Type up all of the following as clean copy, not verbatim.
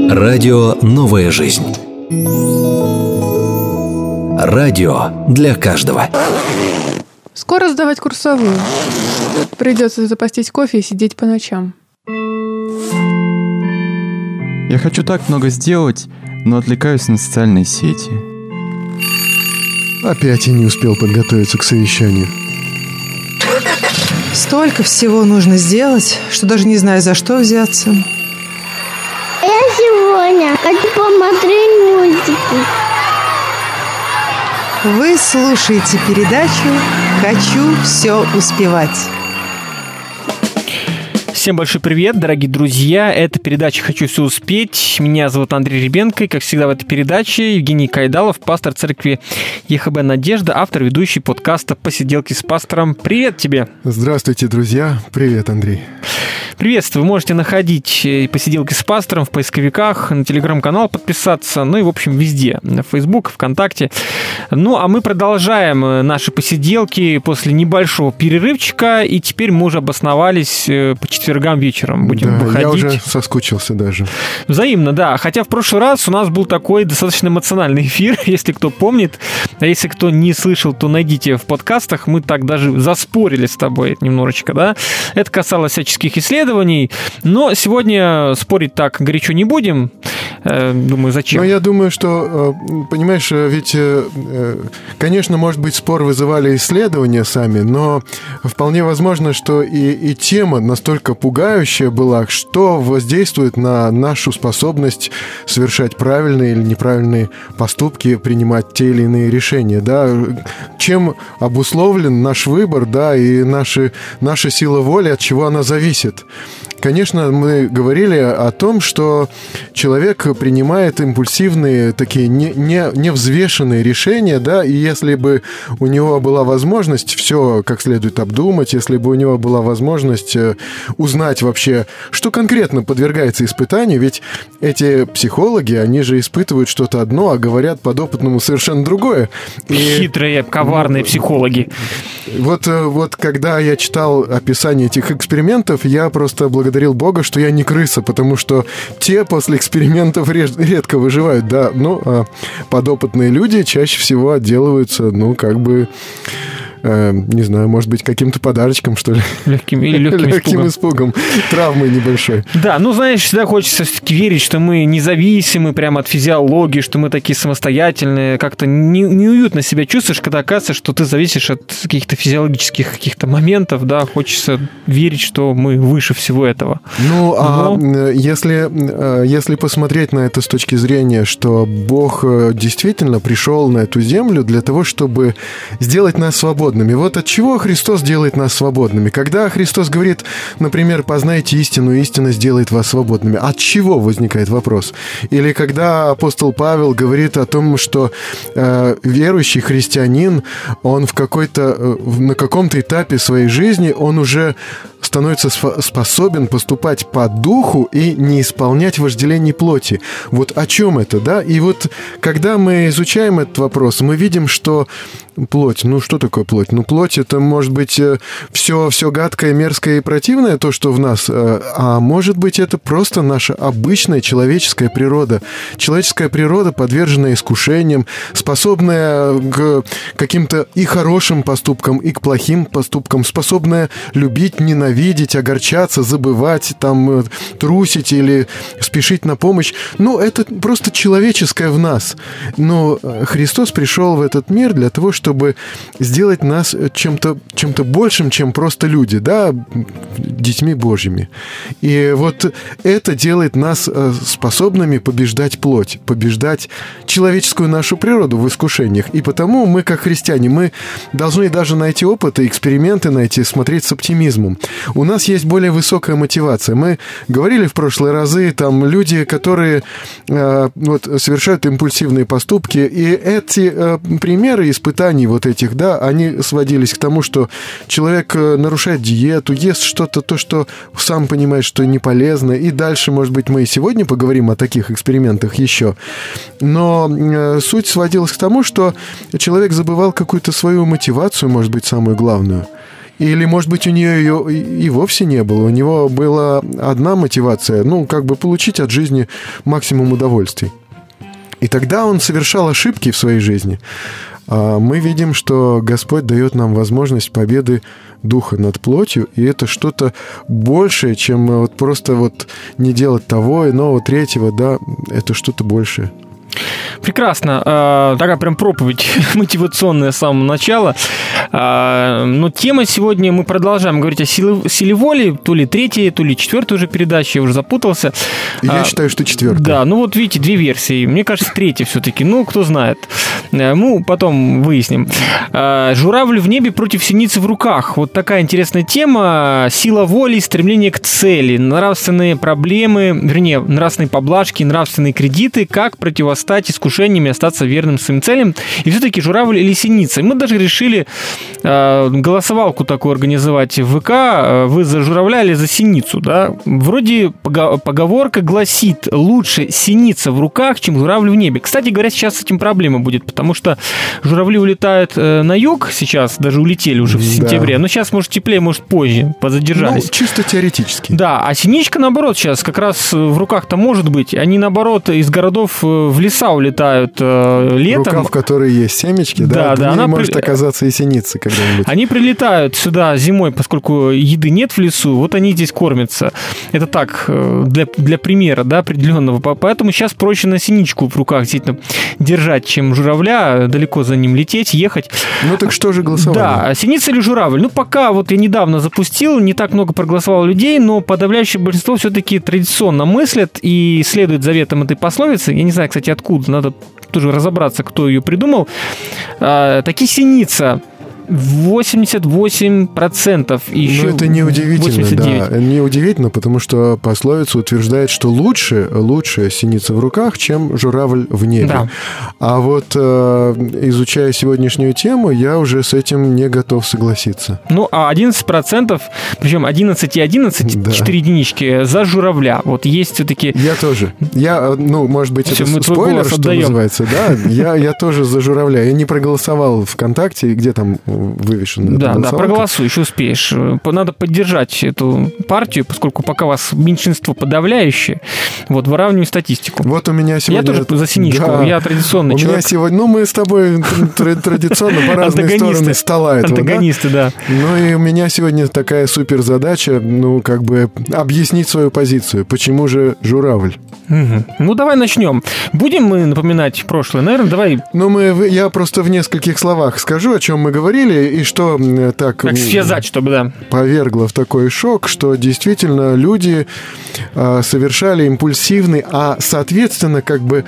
Радио «Новая жизнь». Радио для каждого. Скоро сдавать курсовую. Придется запастись кофе и сидеть по ночам. Я хочу так много сделать, но отвлекаюсь на социальные сети. Опять я не успел подготовиться к совещанию. Столько всего нужно сделать, что даже не знаю, за что взяться. Я сегодня хочу посмотреть мультики. Вы слушаете передачу «Хочу все успевать». Всем большой привет, дорогие друзья. Это передача «Хочу все успеть». Меня зовут Андрей Ребенко. И, как всегда в этой передаче, Евгений Кайдалов, пастор церкви ЕХБ «Надежда», автор, ведущий подкаста «Посиделки с пастором». Привет тебе. Здравствуйте, друзья. Привет, Андрей. Приветствую. Вы можете находить «Посиделки с пастором» в поисковиках, на телеграм-канал подписаться, ну и, в общем, везде. На Facebook, ВКонтакте. Ну, а мы продолжаем наши посиделки после небольшого перерывчика, и теперь мы уже обосновались по четвергам вечером. Будем выходить. Я уже соскучился даже. Взаимно, да. Хотя в прошлый раз у нас был такой достаточно эмоциональный эфир, если кто помнит. А если кто не слышал, то найдите в подкастах. Мы так даже заспорили с тобой немножечко, да. Это касалось всяческих исследований. Но сегодня спорить так горячо не будем. Думаю, зачем? Ну, я думаю, что, понимаешь, ведь, конечно, может быть, спор вызывали исследования сами, но вполне возможно, что и тема настолько пугающая была, что воздействует на нашу способность совершать правильные или неправильные поступки, принимать те или иные решения, да. Чем обусловлен наш выбор, да, и наша сила воли, от чего она зависит. Конечно, мы говорили о том, что человек принимает импульсивные, такие невзвешенные решения, да, и если бы у него была возможность все как следует обдумать, если бы у него была возможность узнать вообще, что конкретно подвергается испытанию, ведь эти психологи, они же испытывают что-то одно, а говорят подопытному совершенно другое. Хитрые, коварные психологи. Вот когда я читал описание этих экспериментов, я просто благодарил Бога, что я не крыса, потому что те после экспериментов редко выживают, да, а подопытные люди чаще всего отделываются, не знаю, может быть, каким-то подарочком, что ли. Легким испугом. Травмой небольшой. Да, знаешь, всегда хочется все-таки верить, что мы независимы прямо от физиологии, что мы такие самостоятельные. Как-то неуютно себя чувствуешь, когда оказывается, что ты зависишь от каких-то физиологических каких-то моментов, да, хочется верить, что мы выше всего этого. Если посмотреть на это с точки зрения, что Бог действительно пришел на эту землю для того, чтобы сделать нас свободными. Вот от чего Христос делает нас свободными? Когда Христос говорит, например, познайте истину, истина сделает вас свободными, от чего возникает вопрос? Или когда апостол Павел говорит о том, что верующий христианин, он на каком-то этапе своей жизни, он уже становится способен поступать по духу и не исполнять вожделений плоти. Вот о чем это, да? И вот когда мы изучаем этот вопрос, мы видим, что плоть, что такое плоть? Плоть — это может быть все гадкое, мерзкое и противное, то, что в нас, а может быть, это просто наша обычная человеческая природа. Человеческая природа, подверженная искушениям, способная к каким-то и хорошим поступкам, и к плохим поступкам, способная любить, ненавидеть, огорчаться, забывать, трусить или спешить на помощь. Это просто человеческое в нас. Но Христос пришел в этот мир для того, чтобы сделать нас чем-то большим, чем просто люди, да, детьми Божьими. И вот это делает нас способными побеждать плоть, побеждать человеческую нашу природу в искушениях. И потому мы, как христиане, мы должны даже на эти опыты, эксперименты на эти смотреть с оптимизмом. У нас есть более высокая мотивация. Мы говорили в прошлые разы, люди, которые совершают импульсивные поступки, и эти примеры испытаний этих, да, они сводились к тому, что человек нарушает диету, ест что-то, то, что сам понимает, что не полезно, и дальше, может быть, мы и сегодня поговорим о таких экспериментах еще. Но суть сводилась к тому, что человек забывал какую-то свою мотивацию, может быть, самую главную. Или, может быть, у нее ее и вовсе не было. У него была одна мотивация, получить от жизни максимум удовольствий. И тогда он совершал ошибки в своей жизни. А мы видим, что Господь дает нам возможность победы духа над плотью, и это что-то большее, чем просто не делать того, иного, третьего, да, это что-то большее. Прекрасно. Такая прям проповедь мотивационная с самого начала. Но тема сегодня, мы продолжаем говорить о силе воли. То ли третья, то ли четвертая уже передача, я уже запутался. Я считаю, что четвертая. Да, видите, две версии. Мне кажется, третья все-таки. Кто знает. Потом выясним. Журавль в небе против синицы в руках. Вот такая интересная тема. Сила воли, стремление к цели, нравственные проблемы, нравственные поблажки, нравственные кредиты, как противостать искушениям и остаться верным своим целям. И все-таки журавль или синица. Мы даже решили голосовалку такую организовать в ВК. Вы за журавля или за синицу, да? Вроде поговорка гласит: лучше синица в руках, чем журавль в небе. Кстати говоря, сейчас с этим проблема будет, потому что журавли улетают на юг сейчас, даже улетели уже в сентябре. Но сейчас, может, теплее, может, позже, подзадержались. Чисто теоретически. Да, а синичка, наоборот, сейчас как раз в руках-то может быть. Они, наоборот, из городов в леса улетают летом. Рука, в которой есть семечки, да, она может оказаться и синица когда-нибудь. Они прилетают сюда зимой, поскольку еды нет в лесу, вот они здесь кормятся. Это так, для примера, да, определенного. Поэтому сейчас проще на синичку в руках действительно держать, чем журавля, далеко за ним лететь, ехать. Так что же голосовали? Да, синица или журавль? Пока я недавно запустил, не так много проголосовало людей, но подавляющее большинство все-таки традиционно мыслят и следует заветам этой пословицы. Я не знаю, кстати, откуда, надо тоже разобраться, кто ее придумал. Таки синица. 88% еще. Это неудивительно, 89%. Да. Неудивительно, потому что пословица утверждает, что лучше синица в руках, чем журавль в небе. Да. А изучая сегодняшнюю тему, я уже с этим не готов согласиться. А 11%, причем 11 и 11, да. 4 единички за журавля. Есть все-таки... Я тоже. Может быть, все, это спойлер, что называется. Да, я тоже за журавля. Я не проголосовал ВКонтакте, где там вывешено. Да, проголосуй, еще успеешь. Надо поддержать эту партию, поскольку пока вас меньшинство подавляющее. Выравниваем статистику. У меня сегодня... Я тоже за синичку, да. Я традиционный человек. У меня сегодня... мы с тобой традиционно по разные стороны стола этого. Антагонисты, да. И у меня сегодня такая супер задача, объяснить свою позицию. Почему же журавль? Угу. Давай начнем. Будем мы напоминать прошлое? Наверное, давай... Я просто в нескольких словах скажу, о чем мы говорили, и что так... Как связать, чтобы, да. Повергло в такой шок, что действительно люди совершали импульсивные, соответственно,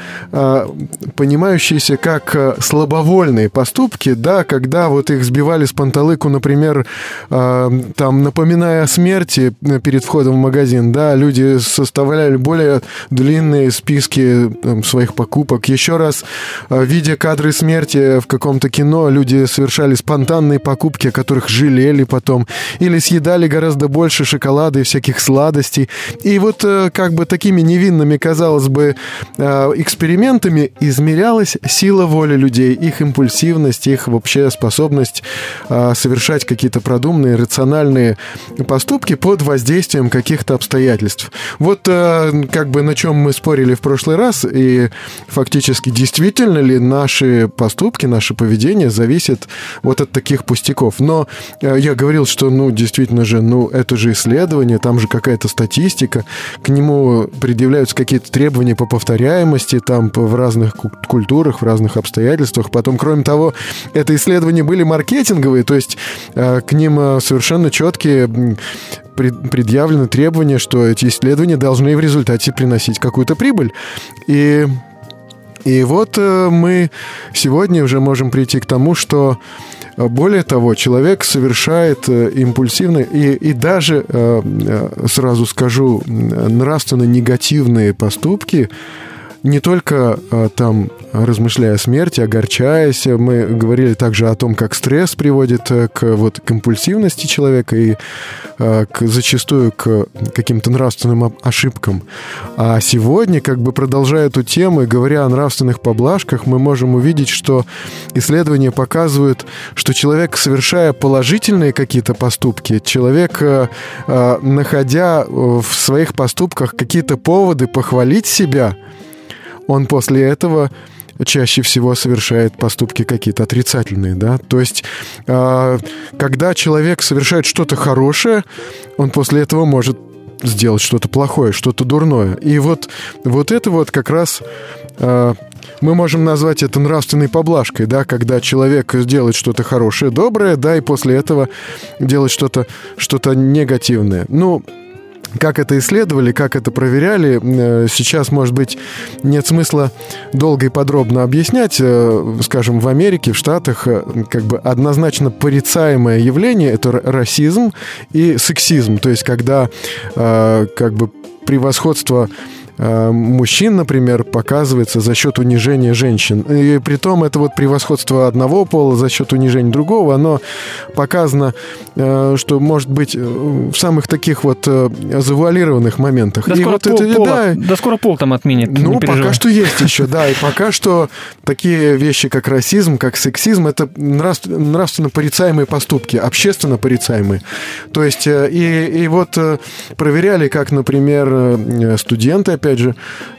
понимающиеся как слабовольные поступки, да, когда их сбивали с панталыку, например, напоминая о смерти перед входом в магазин, да, люди составляли более длинные списки своих покупок. Еще раз, видя кадры смерти в каком-то кино, люди совершали спонтанные покупки, о которых жалели потом, или съедали гораздо больше шоколада и всяких сладостей. И такими невинными, казалось бы, экспериментами измерялась сила воли людей, их импульсивность, их вообще способность совершать какие-то продуманные, рациональные поступки под воздействием каких-то обстоятельств. На чем мы спорили в прошлый раз, и фактически действительно ли наши поступки, наше поведение зависит от таких пустяков. Но я говорил, что, действительно же, это же исследование, там же какая-то статистика, к нему предъявляются какие-то требования по повторяемости, в разных культурах, в разных обстоятельствах. Потом, кроме того, это исследования были маркетинговые, то есть к ним совершенно четкие предъявлены требования, что эти исследования должны в результате приносить какую-то прибыль. И мы сегодня уже можем прийти к тому, что более того, человек совершает импульсивные и даже, сразу скажу, нравственно негативные поступки не только там, размышляя о смерти, огорчаясь, мы говорили также о том, как стресс приводит к к импульсивности человека и зачастую к каким-то нравственным ошибкам. А сегодня, продолжая эту тему и говоря о нравственных поблажках, мы можем увидеть, что исследования показывают, что человек, совершая положительные какие-то поступки, человек, находя в своих поступках какие-то поводы похвалить себя, он после этого чаще всего совершает поступки какие-то отрицательные, да. То есть, когда человек совершает что-то хорошее, он после этого может сделать что-то плохое, что-то дурное. И вот это как раз мы можем назвать это нравственной поблажкой, да, когда человек делает что-то хорошее, доброе, да, и после этого делает что-то негативное. Как это исследовали, как это проверяли, сейчас, может быть, нет смысла долго и подробно объяснять. Скажем, в Америке, в Штатах, однозначно порицаемое явление – это расизм и сексизм. То есть, когда превосходство мужчин, например, показывается за счет унижения женщин. И притом это превосходство одного пола за счет унижения другого, оно показано, что может быть в самых таких завуалированных моментах. Да, скоро пол там отменят. Пока что есть еще, да. И пока что такие вещи, как расизм, как сексизм, это нравственно порицаемые поступки, общественно порицаемые. То есть, проверяли, как, например, студенты, опять же,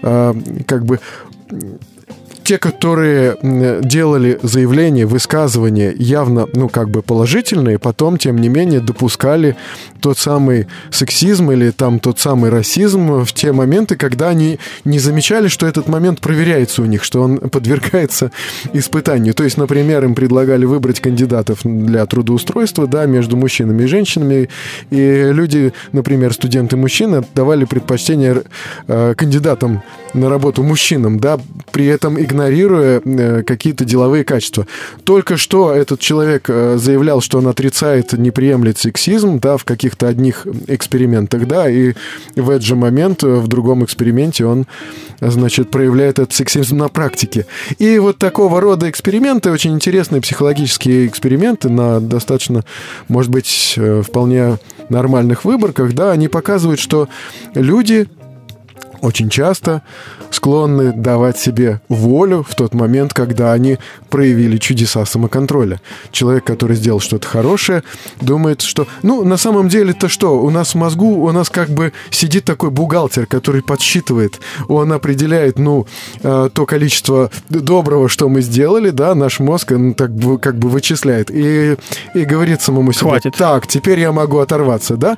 те, которые делали заявления, высказывания явно, положительные, потом, тем не менее, допускали тот самый сексизм или тот самый расизм в те моменты, когда они не замечали, что этот момент проверяется у них, что он подвергается испытанию. То есть, например, им предлагали выбрать кандидатов для трудоустройства, да, между мужчинами и женщинами, и люди, например, студенты-мужчины, давали предпочтение кандидатам на работу мужчинам, да, при этом игнорируя какие-то деловые качества. Только что этот человек заявлял, что он отрицает, не приемлет сексизм, да, в каких-то одних экспериментах, да, и в этот же момент в другом эксперименте он, проявляет этот сексизм на практике. И такого рода эксперименты, очень интересные психологические эксперименты на достаточно, может быть, вполне нормальных выборках, да, они показывают, что люди очень часто склонны давать себе волю в тот момент, когда они проявили чудеса самоконтроля. Человек, который сделал что-то хорошее, думает, что... на самом деле-то что? У нас в мозгу, у нас сидит такой бухгалтер, который подсчитывает, он определяет, то количество доброго, что мы сделали, да, наш мозг вычисляет и говорит самому себе: хватит. Так, теперь я могу оторваться, да?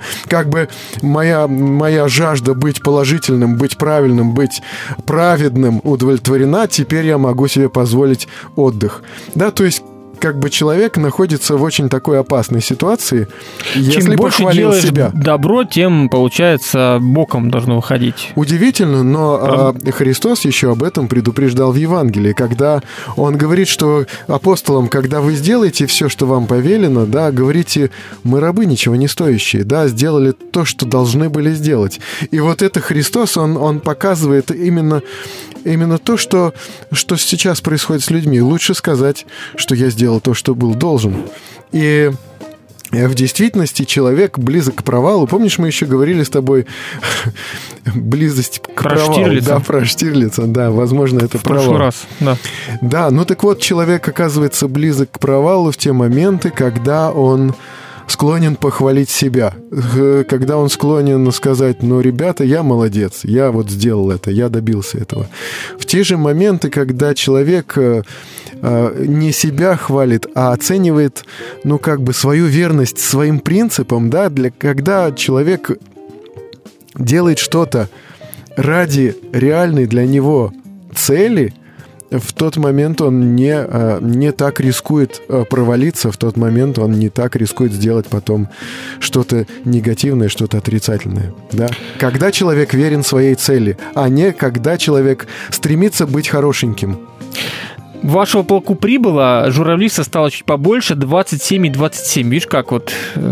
Моя жажда быть положительным, быть правильным, быть праведным удовлетворена, теперь я могу себе позволить отдых. Да, то есть человек находится в очень такой опасной ситуации, если чем больше похвалил делаешь себя. Добро, тем, получается, боком должно выходить. Удивительно, но Христос еще об этом предупреждал в Евангелии, когда Он говорит, что апостолам, когда вы сделаете все, что вам повелено, да, говорите: мы рабы ничего не стоящие, да, сделали то, что должны были сделать. И это Христос, Он показывает именно то, что сейчас происходит с людьми. Лучше сказать, что я сделал то, что был должен. И в действительности человек близок к провалу. Помнишь, мы еще говорили с тобой близость к провалу? Штирлица. Да, про Штирлица, да, возможно, это провал. В прошлый раз, да. Да, человек оказывается близок к провалу в те моменты, когда он склонен похвалить себя, когда он склонен сказать: ребята, я молодец, я сделал это, я добился этого. В те же моменты, когда человек не себя хвалит, а оценивает, свою верность своим принципам, да, когда человек делает что-то ради реальной для него цели, в тот момент он не так рискует провалиться, в тот момент он не так рискует сделать потом что-то негативное, что-то отрицательное. Да? Когда человек верен своей цели, а не когда человек стремится быть хорошеньким. вашего полку прибыло, журавлиста стало чуть побольше, 27 и 27. Видишь, как вот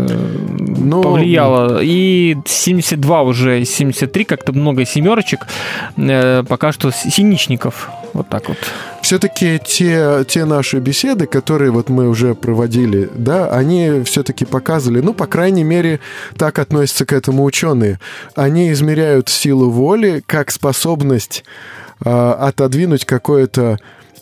повлияло. И 72 уже, 73, как-то много семерочек. Пока что синичников. Вот так вот. Все-таки те наши беседы, которые вот мы уже проводили, да, они все-таки показывали, ну, по крайней мере, так относятся к этому ученые. Они измеряют силу воли как способность отодвинуть какое-то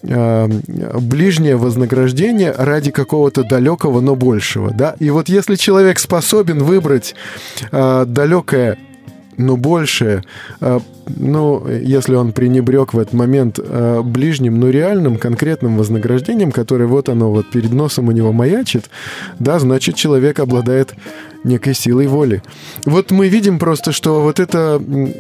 ближнее вознаграждение ради какого-то далекого, но большего, да. И вот если человек способен выбрать далекое, но большее, ну, если он пренебрег в этот момент ближним, но реальным, конкретным вознаграждением, которое вот оно вот перед носом у него маячит, да, значит, человек обладает некой силой воли. Вот мы видим просто, что вот эта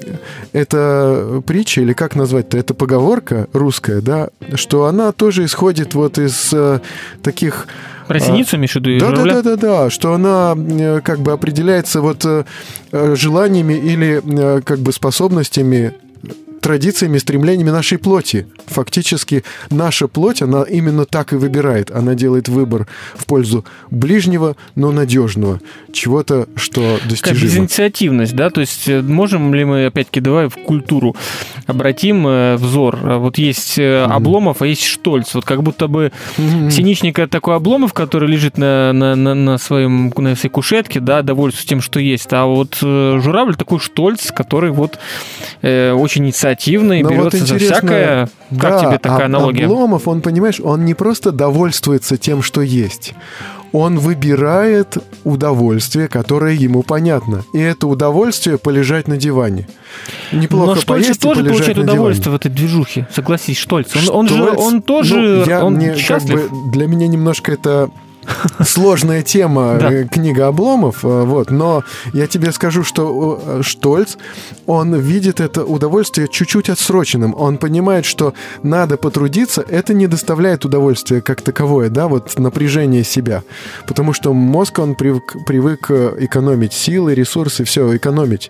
притча, или как назвать-то, это поговорка русская, да, что она тоже исходит вот из таких... Про синицу, имеешь в виду? Да, что она как бы определяется вот желаниями или как бы способностями, традициями, стремлениями нашей плоти. Фактически наша плоть, она именно так и выбирает. Она делает выбор в пользу ближнего, но надежного. Чего-то, что достижимо. Как безинициативность, да? То есть можем ли мы, опять-таки, давай в культуру обратим взор. Вот есть Обломов, а есть Штольц. Вот как будто бы синичник — это такой Обломов, который лежит на своей кушетке, да, довольствуется тем, что есть. А вот журавль такой Штольц, который вот очень инициативный, берется вот за всякое. Как тебе такая аналогия? Обломов, он, понимаешь, он не просто довольствуется тем, что есть. Он выбирает удовольствие, которое ему понятно. И это удовольствие полежать на диване. Неплохо. Но Штольц тоже получает удовольствие в этой движухе. Согласись, Штольц. Он тоже счастлив. Для меня немножко это... сложная тема, да. Книга Обломов, вот, но я тебе скажу, что Штольц, он видит это удовольствие чуть-чуть отсроченным, он понимает, что надо потрудиться, это не доставляет удовольствия как таковое, да, вот напряжение себя, потому что мозг, он привык экономить силы, ресурсы, все, экономить,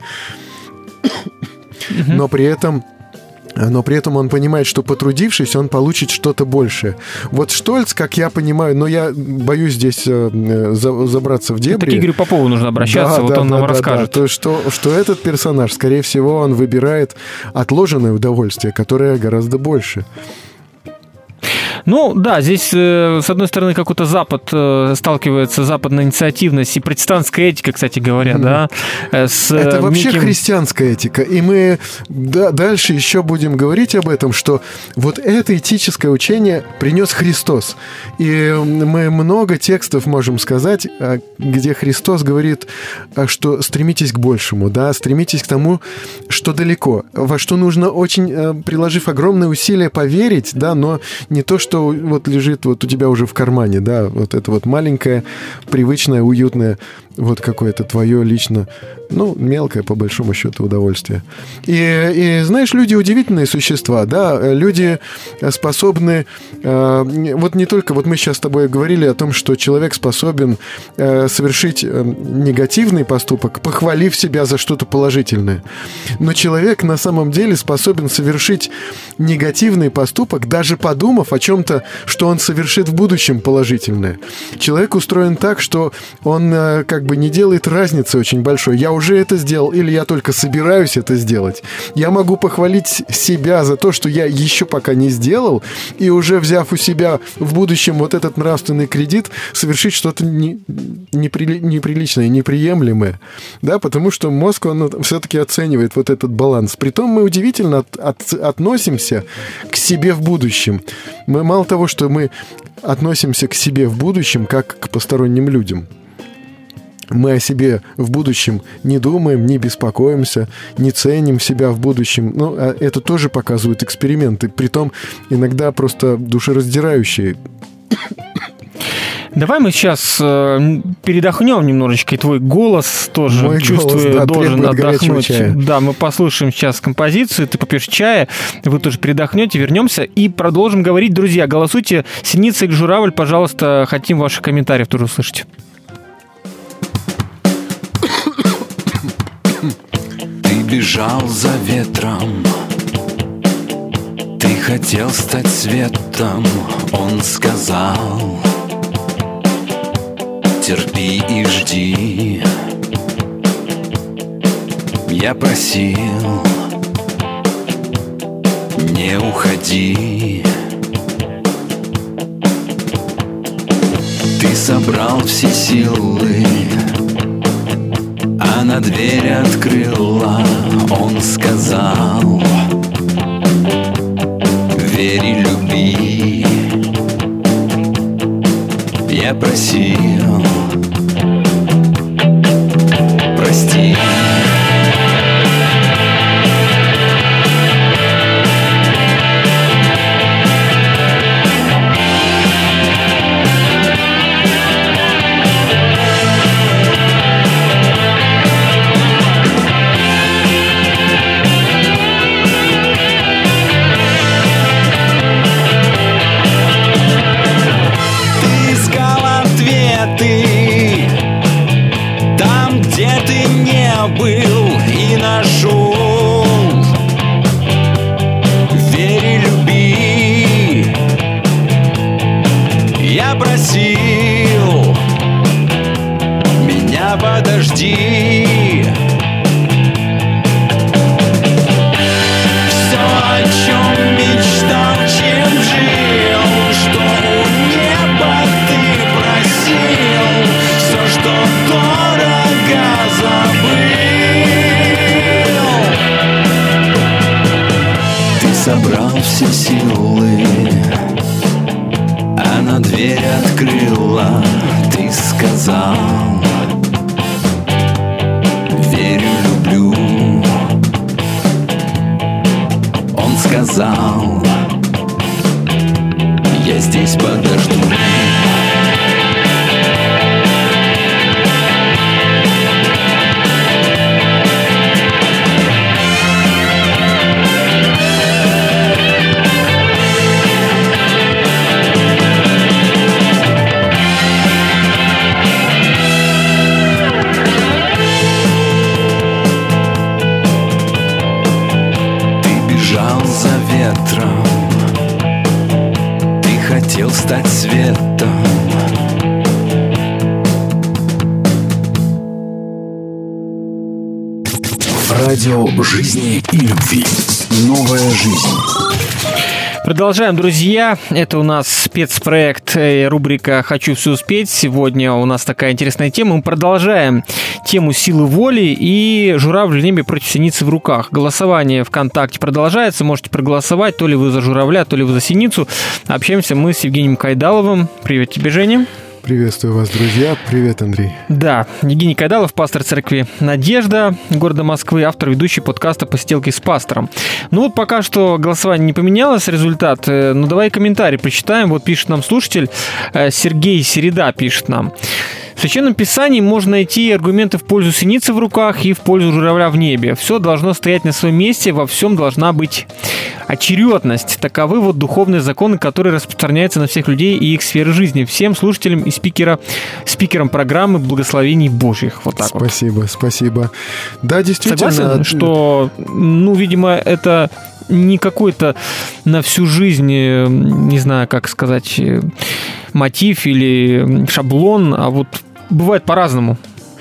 но при этом он понимает, что потрудившись, он получит что-то большее. Вот Штольц, как я понимаю, но я боюсь здесь забраться в дебри. Это к Игорю Попову нужно обращаться, он нам расскажет. То, что этот персонаж, скорее всего, он выбирает отложенное удовольствие, которое гораздо больше. Ну, да, здесь, с одной стороны, какой-то Запад сталкивается, западная инициативность и протестантская этика, кстати говоря, да. Это вообще христианская этика. И мы дальше еще будем говорить об этом, что вот это этическое учение принес Христос. И мы много текстов можем сказать, где Христос говорит, что стремитесь к большему, да, стремитесь к тому, что далеко, во что нужно очень, приложив огромные усилия, поверить, да, но не то, что вот лежит вот у тебя уже в кармане, да, вот это вот маленькое, привычное, уютное, вот какое-то твое лично, ну, мелкое, по большому счету, удовольствие. И знаешь, люди удивительные существа, да, люди способны, вот не только, вот мы сейчас с тобой говорили о том, что человек способен совершить негативный поступок, похвалив себя за что-то положительное. Но человек на самом деле способен совершить негативный поступок, даже подумав о чем-то, что он совершит в будущем положительное. Человек устроен так, что он как бы не делает разницы очень большой. Я уже это сделал, или я только собираюсь это сделать. Я могу похвалить себя за то, что я еще пока не сделал, и уже взяв у себя в будущем вот этот нравственный кредит, совершить что-то неприличное, неприемлемое. Да, потому что мозг, он все-таки оценивает вот этот баланс. Притом мы удивительно относимся к себе в будущем. Мы мало того, что мы относимся к себе в будущем, как к посторонним людям. Мы о себе в будущем не думаем, не беспокоимся, не ценим себя в будущем. Ну, это тоже показывают эксперименты, притом иногда просто душераздирающие. Давай мы сейчас передохнем немножечко, и твой голос тоже, мой чувствую, голос, да, должен отдохнуть. Чая. Да, мы послушаем сейчас композицию, ты попьешь чая, вы тоже передохнете, вернемся и продолжим говорить. Друзья, голосуйте, синица или журавль, пожалуйста, хотим ваших комментариев тоже услышать. Ты бежал за ветром, ты хотел стать светом, он сказал: терпи и жди. Я просил: не уходи. Ты собрал все силы, она дверь открыла. Он сказал: верь и люби. Я просил: прости. Был и нашел. Верь и люби. Я просил: меня подожди. Все, о чем мечтал, чем жил, что у неба ты просил, все, что дорого, забыл. Собрал все силы, она дверь открыла. Ты сказал: верю, люблю. Он сказал: я здесь подожду. Ты хотел стать светом. Радио жизни и любви. Новая жизнь. Продолжаем, друзья. Это у нас спецпроект, рубрика «Хочу все успеть». Сегодня у нас такая интересная тема. Мы продолжаем тему силы воли и «Журавль в небе против синицы в руках». Голосование ВКонтакте продолжается. Можете проголосовать. То ли вы за журавля, то ли вы за синицу. Общаемся мы с Евгением Кайдаловым. Привет тебе, Женя. Приветствую вас, друзья. Привет, Андрей. Да, Евгений Кайдалов, пастор церкви «Надежда» города Москвы, автор, ведущий подкаста «Посиделки с пастором». Ну вот пока что голосование не поменялось, результат. Ну давай комментарий прочитаем. Вот пишет нам слушатель, Сергей Середа пишет нам. В Священном Писании можно найти аргументы в пользу синицы в руках и в пользу журавля в небе. Все должно стоять на своем месте, во всем должна быть очередность. Таковы вот духовные законы, которые распространяются на всех людей и их сферы жизни. Всем слушателям и спикерам программы «Благословений Божьих». Вот так спасибо, вот. Спасибо. Да, действительно. Согласен, что, видимо, это не какой-то на всю жизнь, не знаю, как сказать, мотив или шаблон, а вот бывает по-разному.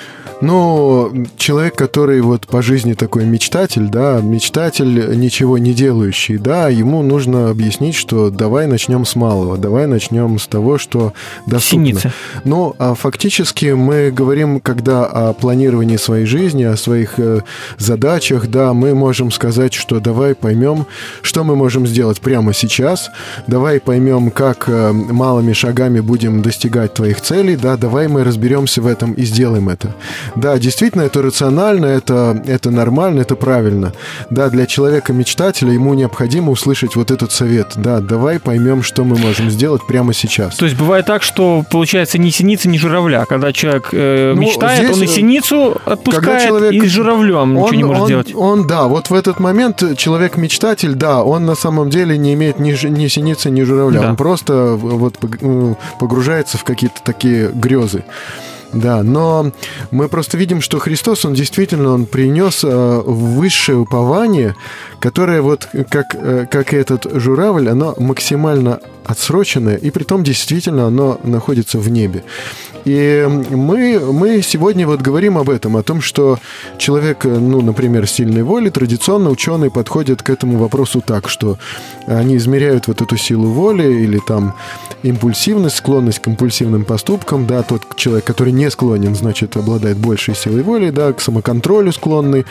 Ну, человек, который вот по жизни такой мечтатель, да, мечтатель, ничего не делающий, да, ему нужно объяснить, что давай начнем с малого, давай начнем с того, что доступно. Синица. Ну, а фактически мы говорим, когда о планировании своей жизни, о своих задачах, да, мы можем сказать, что давай поймем, что мы можем сделать прямо сейчас, давай поймем, как малыми шагами будем достигать твоих целей, да, давай мы разберемся в этом и сделаем это. Да, действительно, это рационально, это нормально, это правильно. Да, для человека-мечтателя ему необходимо услышать вот этот совет. Да, давай поймем, что мы можем сделать прямо сейчас. То есть бывает так, что получается ни синицы, ни журавля. Когда человек мечтает, он и синицу отпускает, человек, и с журавлем ничего не может делать. Да, вот в этот момент человек-мечтатель, да, он на самом деле не имеет ни синицы, ни журавля. Да. Он просто вот погружается в какие-то такие грезы. Да, но мы просто видим, что Христос, Он действительно, Он принес высшее упование, которое вот как и этот журавль, оно максимально отсроченное, и притом действительно оно находится в небе. И мы сегодня вот говорим об этом, о том, что человек, например, сильной воли, традиционно ученые подходят к этому вопросу так, что они измеряют вот эту силу воли или там импульсивность, склонность к импульсивным поступкам, да, тот человек, который не склонен, значит, обладает большей силой воли, да, к самоконтролю склонный,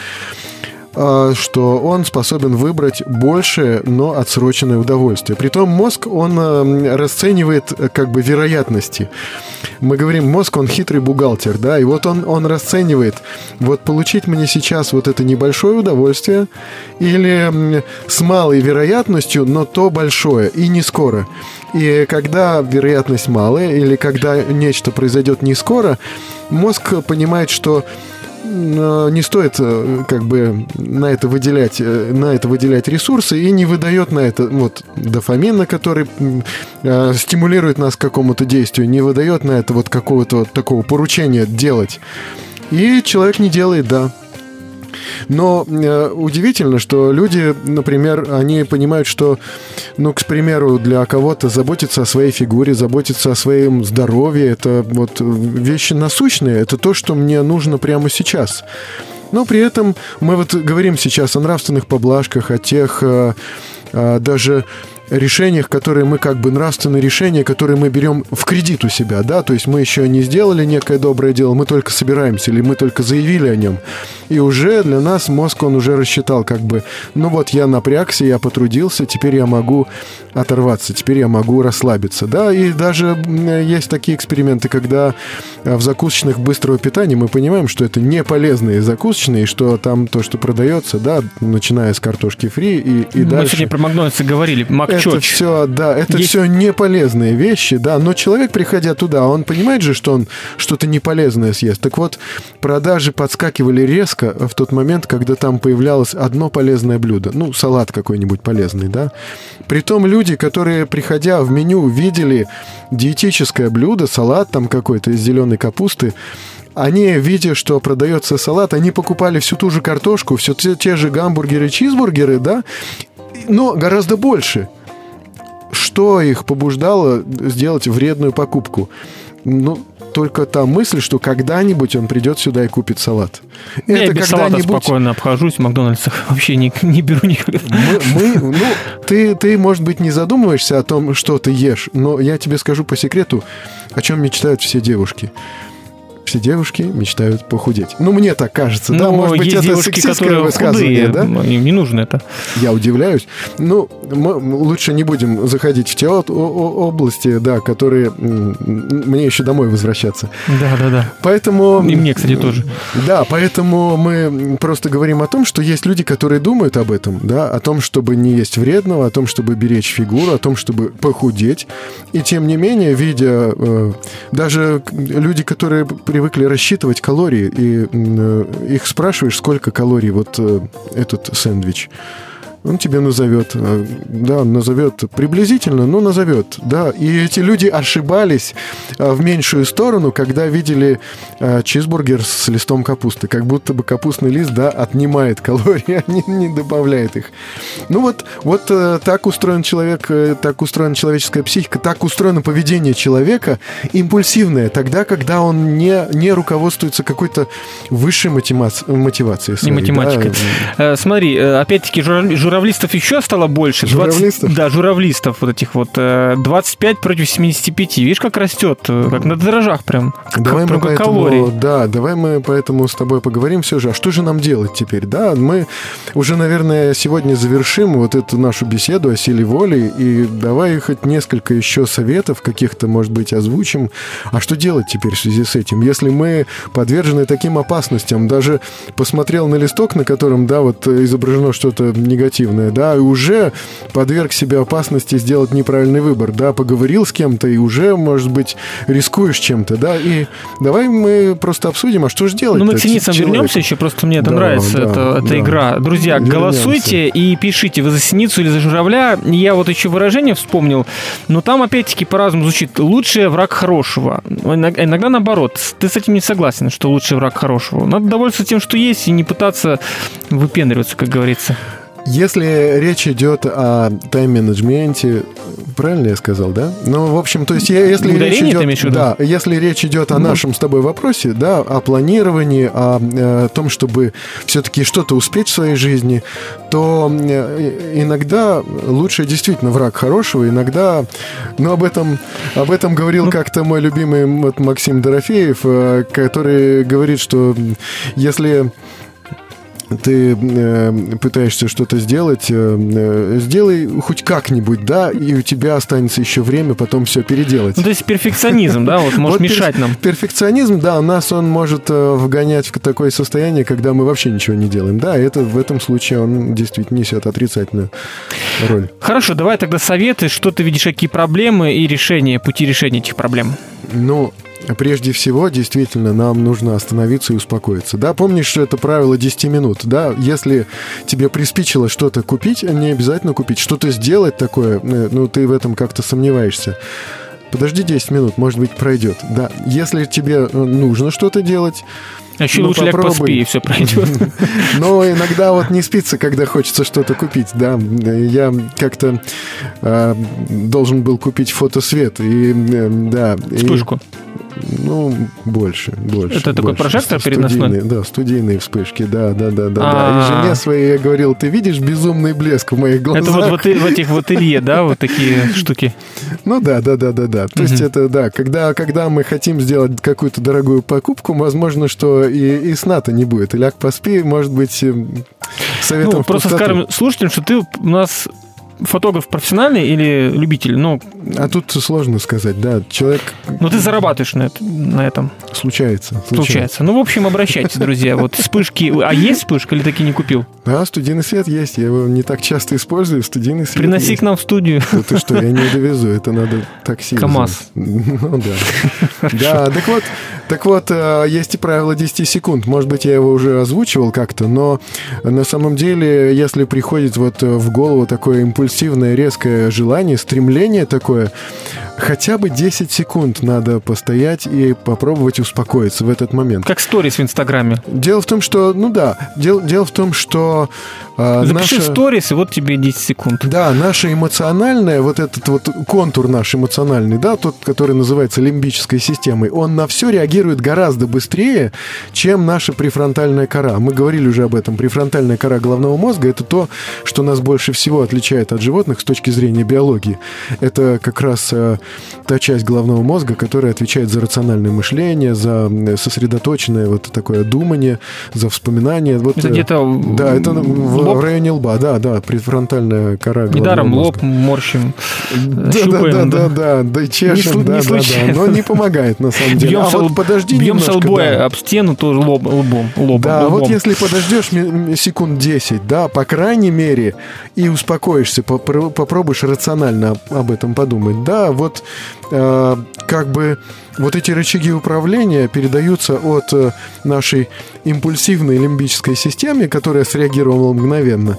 что он способен выбрать большее, но отсроченное удовольствие. Притом мозг, он расценивает как бы вероятности. Мы говорим, мозг, он хитрый бухгалтер, да, и вот он расценивает, вот получить мне сейчас вот это небольшое удовольствие или с малой вероятностью, но то большое, и не скоро. И когда вероятность малая, или когда нечто произойдет не скоро, мозг понимает, что не стоит как бы на это выделять ресурсы и не выдает на это вот дофамин, который стимулирует нас к какому-то действию, не выдает на это вот какого-то вот такого поручения делать. И человек не делает, да. Но удивительно, что люди, например, они понимают, что, к примеру, для кого-то заботиться о своей фигуре, заботиться о своем здоровье, это вот вещи насущные, это то, что мне нужно прямо сейчас. Но при этом мы вот говорим сейчас о нравственных поблажках, о тех даже решениях, которые мы как бы нравственные решения, которые мы берем в кредит у себя, да, то есть мы еще не сделали некое доброе дело, мы только собираемся или мы только заявили о нем, и уже для нас мозг, он уже рассчитал как бы, я напрягся, я потрудился, теперь я могу оторваться, теперь я могу расслабиться, да, и даже есть такие эксперименты, когда в закусочных быстрого питания мы понимаем, что это не полезные закусочные, что там то, что продается, да, начиная с картошки фри и дальше. Мы сегодня про Макдональдсы говорили, это все, да, это все не полезные вещи, да, но человек, приходя туда, он понимает же, что он что-то неполезное съест. Так вот, продажи подскакивали резко в тот момент, когда там появлялось одно полезное блюдо, салат какой-нибудь полезный, да. Притом люди, которые, приходя в меню, видели диетическое блюдо, салат там какой-то из зеленой капусты, они, видя, что продается салат, они покупали всю ту же картошку, все те же гамбургеры, чизбургеры, да, но гораздо больше. Что их побуждало сделать вредную покупку? Только та мысль, что когда-нибудь он придет сюда и купит салат. Я это без салата спокойно обхожусь в Макдональдсах. Вообще не беру никогда. Ты, может быть, не задумываешься о том, что ты ешь, но я тебе скажу по секрету, о чем мечтают все девушки. Все девушки мечтают похудеть. Мне так кажется, да? Может быть, это девушки, сексистское высказывание, да? Им не нужно это. Я удивляюсь. Мы лучше не будем заходить в те области, да, которые мне еще домой возвращаться. Да. Поэтому... И мне, кстати, тоже. Да, поэтому мы просто говорим о том, что есть люди, которые думают об этом, да, о том, чтобы не есть вредного, о том, чтобы беречь фигуру, о том, чтобы похудеть. И тем не менее, видя даже люди, которые привыкли рассчитывать калории, и их спрашиваешь, сколько калорий вот этот сэндвич. Он тебе назовет, да, назовет приблизительно, но назовет, да. И эти люди ошибались в меньшую сторону, когда видели чизбургер с листом капусты. Как будто бы капустный лист, да, отнимает калории, а не добавляет их. Вот так устроен человек, так устроена человеческая психика, так устроено поведение человека импульсивное, тогда, когда он не руководствуется какой-то высшей мотивацией своей. Не математикой. Да? Смотри, опять-таки, журавлистов еще стало больше. Журавлистов? Да, журавлистов вот этих вот. 25 против 75. Видишь, как растет, как на дрожжах прям. Давай мы поэтому с тобой поговорим все же. А что же нам делать теперь? Да, мы уже, наверное, сегодня завершим вот эту нашу беседу о силе воли. И давай хоть несколько еще советов каких-то, может быть, озвучим. А что делать теперь в связи с этим? Если мы подвержены таким опасностям, даже посмотрел на листок, на котором, да, вот изображено что-то негативное, импульсивное, да, и уже подверг себя опасности сделать неправильный выбор, да, поговорил с кем-то и уже, может быть, рискуешь чем-то, да, и давай мы просто обсудим, а что же делать? Ну, мы к синицам вернемся еще, просто мне это нравится, эта игра. Друзья, голосуйте и пишите, вы за синицу или за журавля. Я вот еще выражение вспомнил, но там опять-таки по-разному звучит. Лучший враг хорошего. Иногда наоборот. Ты с этим не согласен, что лучший враг хорошего. Надо довольствоваться тем, что есть, и не пытаться выпендриваться, как говорится. Если речь идет о тайм-менеджменте, правильно я сказал, да? Ну, в общем, то есть, если речь идет, да, если речь идет о нашем с тобой вопросе, да, о планировании, о том, чтобы все-таки что-то успеть в своей жизни, то иногда лучше действительно враг хорошего, иногда, ну, об этом говорил как-то мой любимый вот Максим Дорофеев, который говорит, что если ты пытаешься что-то сделать, сделай хоть как-нибудь, да, и у тебя останется еще время потом все переделать. Ну, то есть перфекционизм, да, вот может мешать нам. Перфекционизм, да, он может вгонять в такое состояние, когда мы вообще ничего не делаем. Да, это в этом случае он действительно несет отрицательную роль. Хорошо, давай тогда советы, что ты видишь, какие проблемы и решения, пути решения этих проблем. Ну, прежде всего, действительно, нам нужно остановиться и успокоиться. Да, помнишь, что это правило 10 минут, да? Если тебе приспичило что-то купить, не обязательно купить, что-то сделать такое, ну, ты в этом как-то сомневаешься. Подожди 10 минут, может быть, пройдет. Да, если тебе нужно что-то делать, а еще лучше ляг поспи, и все пройдет. Но иногда вот не спится, когда хочется что-то купить, да. Я как-то должен был купить фотосвет, и да. Вспышку. Ну, больше. Это такой прожектор переносной? Да, студийные вспышки, да. И жене своей я говорил, ты видишь безумный блеск в моих глазах? Это вот в этих вот ателье, да, вот такие штуки? Ну да. То есть это, да, когда мы хотим сделать какую-то дорогую покупку, возможно, что и сна-то не будет. И ляг поспи, может быть, советом в пустоту. Просто скажем слушателям, что ты у нас фотограф профессиональный или любитель? Ну, а тут сложно сказать, да. Человек... Но ты зарабатываешь на этом. Случается. Ну, в общем, обращайтесь, друзья. Вот вспышки... А есть вспышка или таки не купил? Да, студийный свет есть. Я его не так часто использую. Студийный свет Приноси есть. К нам в студию. Да ты что, я не довезу. Это надо такси. КамАЗ. Ну, да. Да, так вот, есть и правило 10 секунд. Может быть, я его уже озвучивал как-то, но на самом деле, если приходит вот в голову такое импульсивное, резкое желание, стремление такое, хотя бы 10 секунд надо постоять и попробовать успокоиться в этот момент. Как сторис в Инстаграме. Дело в том, что, дело в том, что запиши сторис, и вот тебе 10 секунд. Да, наше эмоциональное, вот этот вот контур наш эмоциональный, да, тот, который называется лимбической системой, он на все реагирует гораздо быстрее, чем наша префронтальная кора. Мы говорили уже об этом. Префронтальная кора головного мозга — это то, что нас больше всего отличает от животных с точки зрения биологии. Это как раз та часть головного мозга, которая отвечает за рациональное мышление, за сосредоточенное вот такое думание, за вспоминание. Вот, это где-то... Да, это в районе лба, да, префронтальная кора головного Недаром мозга. лоб морщим, щупаем. Да, чешем, да. Но не помогает, на самом деле. Бьемся лбой об стену, тоже лбом. Да, вот если подождешь секунд 10, да, по крайней мере, и успокоишься, попробуешь рационально об этом подумать, да, вот как бы вот эти рычаги управления передаются от нашей импульсивной лимбической системе, которая среагировала мгновенно,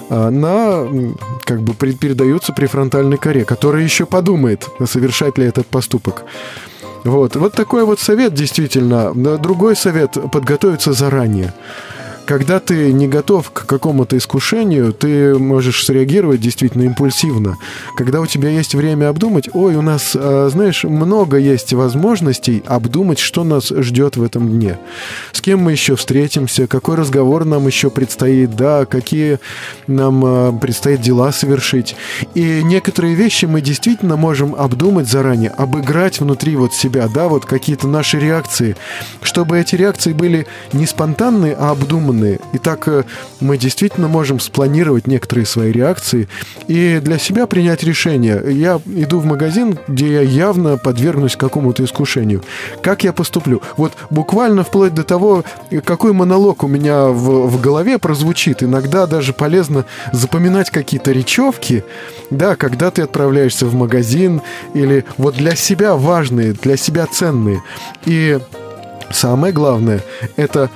как бы передаются префронтальной коре, которая еще подумает, совершать ли этот поступок. Вот такой вот совет, действительно. Другой совет — подготовиться заранее. Когда ты не готов к какому-то искушению, ты можешь среагировать действительно импульсивно. Когда у тебя есть время обдумать, у нас, знаешь, много есть возможностей обдумать, что нас ждет в этом дне. С кем мы еще встретимся, какой разговор нам еще предстоит, да, какие нам предстоит дела совершить. И некоторые вещи мы действительно можем обдумать заранее, обыграть внутри вот себя, да, вот какие-то наши реакции, чтобы эти реакции были не спонтанные, а обдуманные. продуманные. И так мы действительно можем спланировать некоторые свои реакции и для себя принять решение. Я иду в магазин, где я явно подвергнусь какому-то искушению. Как я поступлю? Вот буквально вплоть до того, какой монолог у меня в голове прозвучит. Иногда даже полезно запоминать какие-то речевки, да, когда ты отправляешься в магазин, или вот для себя важные, для себя ценные. И самое главное – это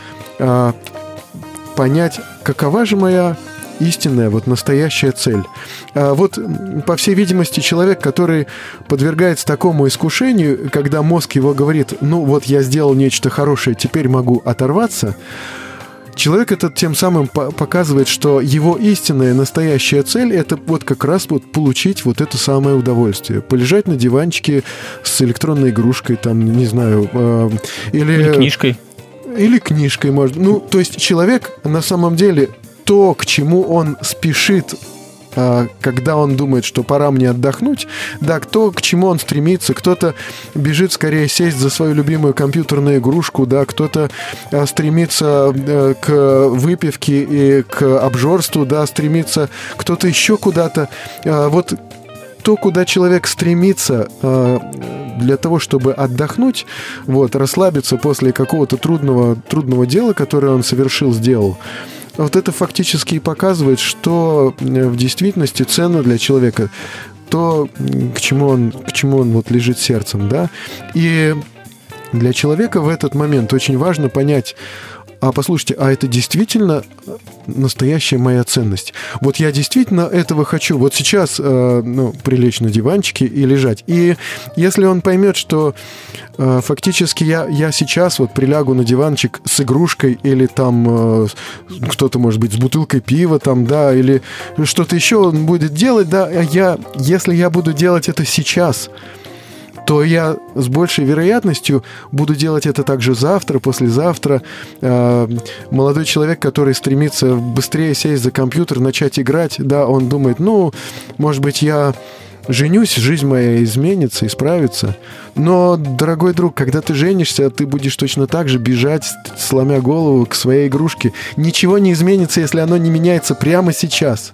понять, какова же моя истинная, вот настоящая цель. Вот, по всей видимости, человек, который подвергается такому искушению, когда мозг его говорит, ну вот я сделал нечто хорошее, теперь могу оторваться, человек этот тем самым показывает, что его истинная, настоящая цель – это вот как раз вот получить вот это самое удовольствие. Полежать на диванчике с электронной игрушкой, там, не знаю, или книжкой. Или книжкой, может. Ну, то есть человек на самом деле то, к чему он спешит, когда он думает, что пора мне отдохнуть, да, то, к чему он стремится. Кто-то бежит скорее сесть за свою любимую компьютерную игрушку, да, кто-то стремится к выпивке и к обжорству, да, стремится кто-то еще куда-то. Вот то, куда человек стремится для того, чтобы отдохнуть, вот, расслабиться после какого-то трудного дела, которое он сделал, вот это фактически и показывает, что в действительности ценно для человека, то, к чему он вот лежит сердцем, да. И для человека в этот момент очень важно понять, послушайте, это действительно настоящая моя ценность. Вот я действительно этого хочу. Вот сейчас прилечь на диванчике и лежать. И если он поймет, что фактически я сейчас вот прилягу на диванчик с игрушкой или там кто-то, может быть, с бутылкой пива там, да, или что-то еще он будет делать, да, если я буду делать это сейчас, то я с большей вероятностью буду делать это также завтра, послезавтра. Молодой человек, который стремится быстрее сесть за компьютер, начать играть, да, он думает, может быть, я женюсь, жизнь моя изменится, исправится. Но, дорогой друг, когда ты женишься, ты будешь точно так же бежать, сломя голову к своей игрушке. Ничего не изменится, если оно не меняется прямо сейчас.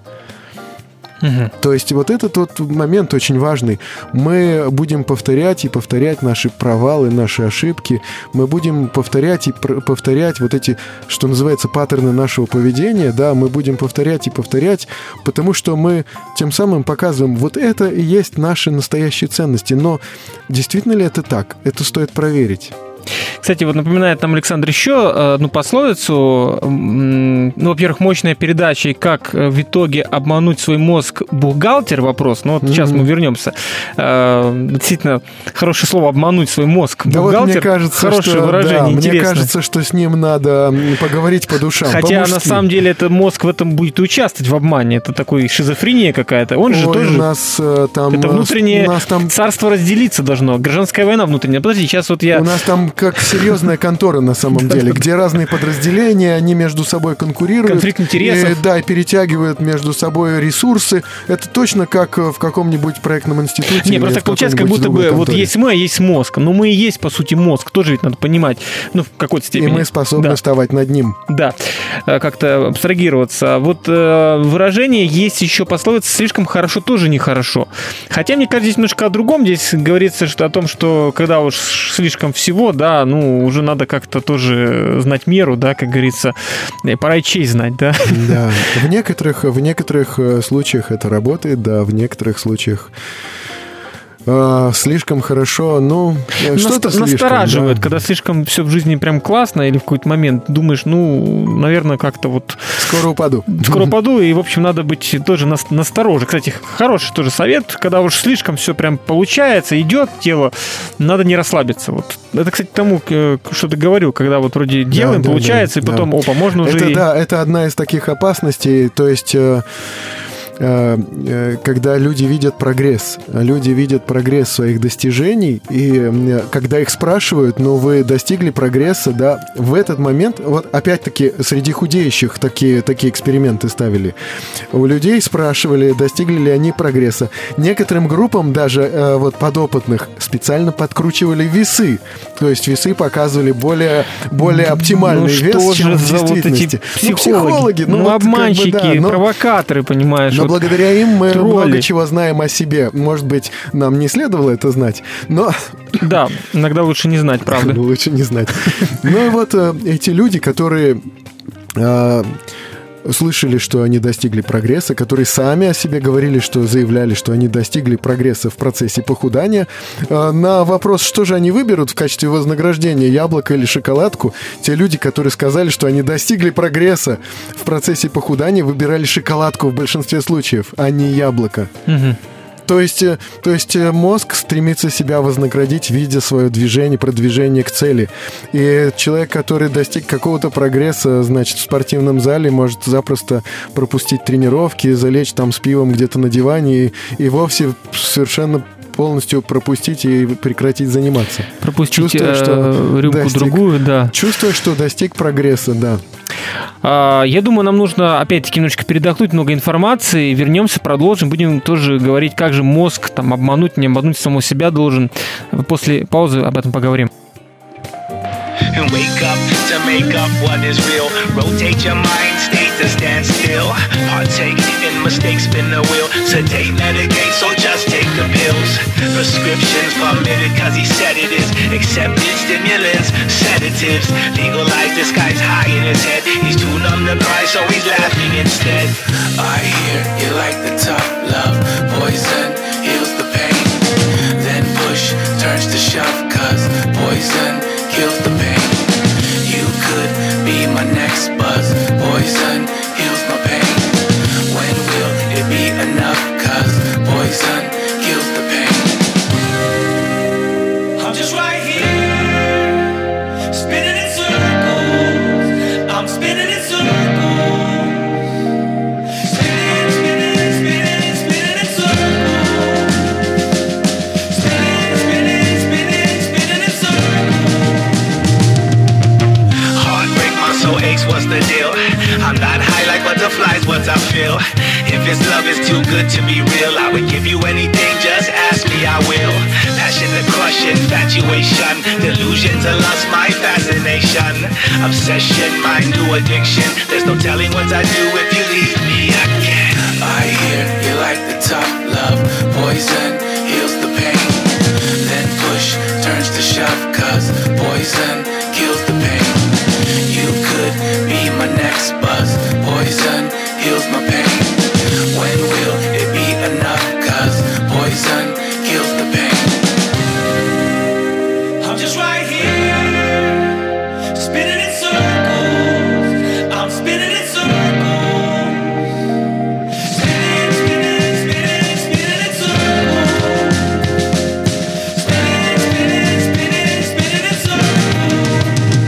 То есть вот этот вот момент очень важный. Мы будем повторять и повторять наши провалы, наши ошибки. Мы будем повторять и повторять вот эти, что называется, паттерны нашего поведения. Да, мы будем повторять и повторять, потому что мы тем самым показываем, вот это и есть наши настоящие ценности. Но действительно ли это так? Это стоит проверить. Кстати, вот напоминает нам Александр еще пословицу. Во-первых, мощная передача и как в итоге обмануть свой мозг бухгалтер, вопрос. Вот сейчас мы вернемся. Действительно, хорошее слово обмануть свой мозг бухгалтер. Да вот мне кажется, хорошее выражение, интересно. Мне кажется, что с ним надо поговорить по душам. Хотя на самом деле это мозг в этом будет участвовать в обмане. Это такой шизофрения какая-то. Он же тоже... У нас там... Это внутреннее царство разделиться должно. Гражданская война внутренняя. Подожди, сейчас вот я... У нас там как серьезная контора на самом деле, где разные подразделения, они между собой конкурируют. Конфликт интересов. И перетягивают между собой ресурсы. Это точно как в каком-нибудь проектном институте. Не, просто так получается, как будто бы вот есть мы, а есть мозг. Но мы и есть, по сути, мозг. Тоже ведь надо понимать. В какой-то степени. И мы способны вставать над ним. Да. Как-то абстрагироваться. Вот выражение есть еще пословица «слишком хорошо тоже нехорошо». Хотя, мне кажется, здесь немножко о другом. Здесь говорится о том, что когда уж слишком всего, да, уже надо как-то тоже знать меру, да, как говорится, пора и честь знать, да. Да, в некоторых случаях это работает, да, в некоторых случаях слишком хорошо, что-то слишком. Настораживает, да. Когда слишком все в жизни прям классно, или в какой-то момент думаешь, наверное, как-то вот... Скоро упаду, и, в общем, надо быть тоже настороже. Кстати, хороший тоже совет, когда уж слишком все прям получается, идет тело, надо не расслабиться. Вот. Это, кстати, тому, что ты говорил, когда вот вроде делаем, получается, и потом, можно уже... Это одна из таких опасностей, то есть... когда люди видят прогресс своих достижений, и когда их спрашивают, ну, вы достигли прогресса, да, в этот момент, вот опять-таки среди худеющих такие эксперименты ставили. У людей спрашивали, достигли ли они прогресса. Некоторым группам даже вот подопытных специально подкручивали весы. То есть весы показывали более оптимальный вес, чем в действительности. Вот психологи, обманщики, как бы, да, провокаторы, понимаешь. Но благодаря им мы много чего знаем о себе. Может быть, нам не следовало это знать, но... Да, иногда лучше не знать, правда. Лучше не знать. Ну и вот эти люди, которые... слышали, что они достигли прогресса, которые сами о себе говорили, что заявляли, что они достигли прогресса в процессе похудания. На вопрос, что же они выберут в качестве вознаграждения, яблоко или шоколадку, те люди, которые сказали, что они достигли прогресса в процессе похудания, выбирали шоколадку в большинстве случаев, а не яблоко. Угу. То есть мозг стремится себя вознаградить, видя свое движение, продвижение к цели. И человек, который достиг какого-то прогресса, значит, в спортивном зале, может запросто пропустить тренировки, залечь там с пивом где-то на диване и вовсе совершенно полностью пропустить и прекратить заниматься. Пропустить рюмку-другую, да. Чувствуя, что достиг прогресса, да. Я думаю, нам нужно опять-таки немножечко передохнуть, много информации. Вернемся, продолжим. Будем тоже говорить, как же мозг там обмануть, не обмануть самого себя должен. После паузы об этом поговорим. And wake up to make up what is real. Rotate your mind, stay to stand still. Partake in mistakes, spin the wheel. Sedate, medicate, so just take the pills. Prescriptions permitted, cause he said it is. Accepted stimulants, sedatives. Legalized, this guy's high in his head. He's too numb to cry, so he's laughing instead. I hear you like the tough love. Poison heals the pain. Then push turns to shove, cause poison kills the pain. You could be my next buzz. Poison heals my pain. When will it be enough? Cause poison kills the pain. I'm just right here, spinning in circles. I'm spinning in circles. Spinning, spinning, spinning, spinning in circles. Spinning, spinning, spinning, spinning in circles. Heartbreak, my soul aches, what's the deal? I'm not high like butterflies, what I feel. If this love is too good to be real, I would give you anything, just ask me, I will. Passion to crush, infatuation, delusion to lust, my fascination. Obsession, my new addiction. There's no telling what I do if you leave me again. I hear you like the tough love. Poison heals the pain. Then push turns to shove, cause poison kills the pain. You could be my next buzz. Poison heals my pain. When will it be enough? Cause poison kills the pain. I'm just right here, spinning in circles. I'm spinning in circles. Spinning, spinning, spinning, spinning in circles. Spinning, spinning, spinning, spinning in circles.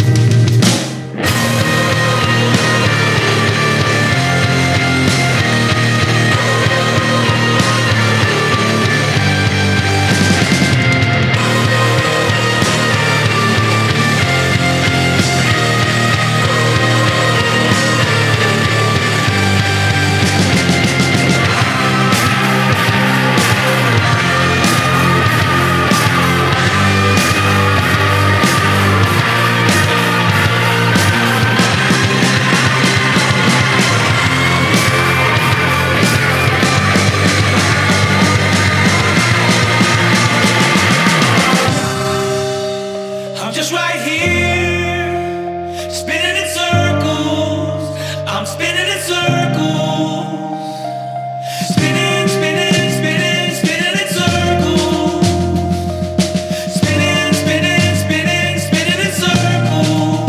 I'm just right here, spinning in circles. I'm spinning in circles. Spinning, spinning, spinning, spinning in circles. Spinning, spinning, spinning, spinning in circles.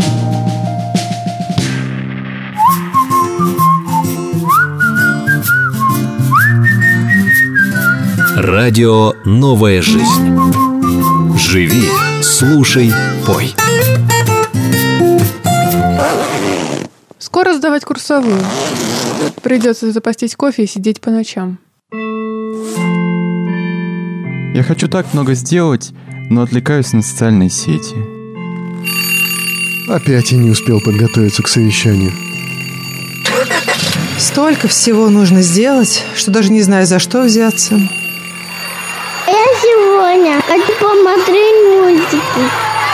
Радио «Новая жизнь». Живи, слушай, пой. Скоро сдавать курсовую. Придется запастись кофе и сидеть по ночам. Я хочу так много сделать, но отвлекаюсь на социальные сети. Опять я не успел подготовиться к совещанию. Столько всего нужно сделать, что даже не знаю, за что взяться. Я сегодня хочу посмотреть мультики.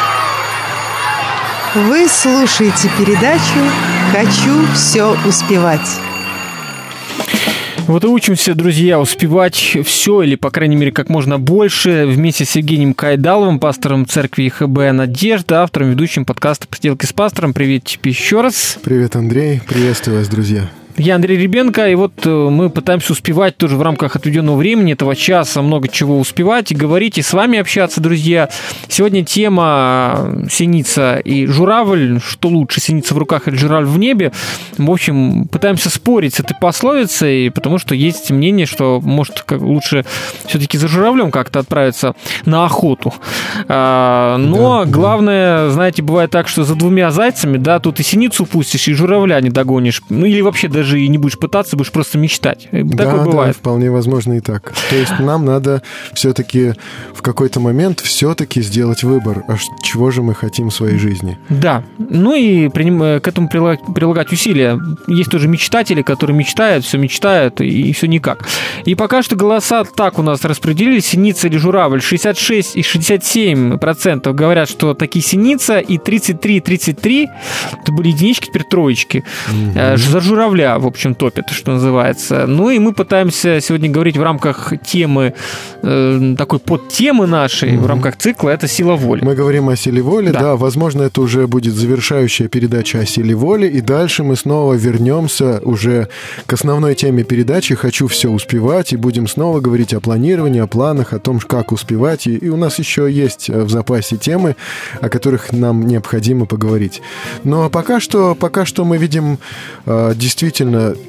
Вы слушаете передачу «Хочу все успевать». Вот и учимся, друзья, успевать все, или, по крайней мере, как можно больше, вместе с Евгением Кайдаловым, пастором церкви ХБ «Надежда», автором, ведущим подкаста «Посиделки с пастором». Привет тебе еще раз. Привет, Андрей. Приветствую вас, друзья. Я Андрей Ребенко, и вот мы пытаемся успевать тоже в рамках отведенного времени, этого часа, много чего успевать и говорить, и с вами общаться, друзья. Сегодня тема «Синица и журавль». Что лучше, синица в руках или журавль в небе? В общем, пытаемся спорить с этой пословицей, потому что есть мнение, что, может, лучше все-таки за журавлем как-то отправиться на охоту. Но главное, знаете, бывает так, что за двумя зайцами, да, тут и синицу упустишь, и журавля не догонишь. Ну, или вообще даже и не будешь пытаться, будешь просто мечтать. Такое бывает. Да, вполне возможно и так. То есть нам надо все-таки в какой-то момент все-таки сделать выбор, а чего же мы хотим в своей жизни. Да. Ну и к этому прилагать усилия. Есть тоже мечтатели, которые мечтают, и все никак. И пока что голоса так у нас распределились. Синица или журавль. 66 и 67% говорят, что такие синица, и 33, это были единички, теперь троечки, за журавля, в общем, топят, что называется. Ну и мы пытаемся сегодня говорить в рамках темы, такой подтемы нашей, в рамках цикла, это сила воли. Мы говорим о силе воли, да, возможно, это уже будет завершающая передача о силе воли, и дальше мы снова вернемся уже к основной теме передачи «Хочу все успевать», и будем снова говорить о планировании, о планах, о том, как успевать, и у нас еще есть в запасе темы, о которых нам необходимо поговорить. Но пока что мы видим действительно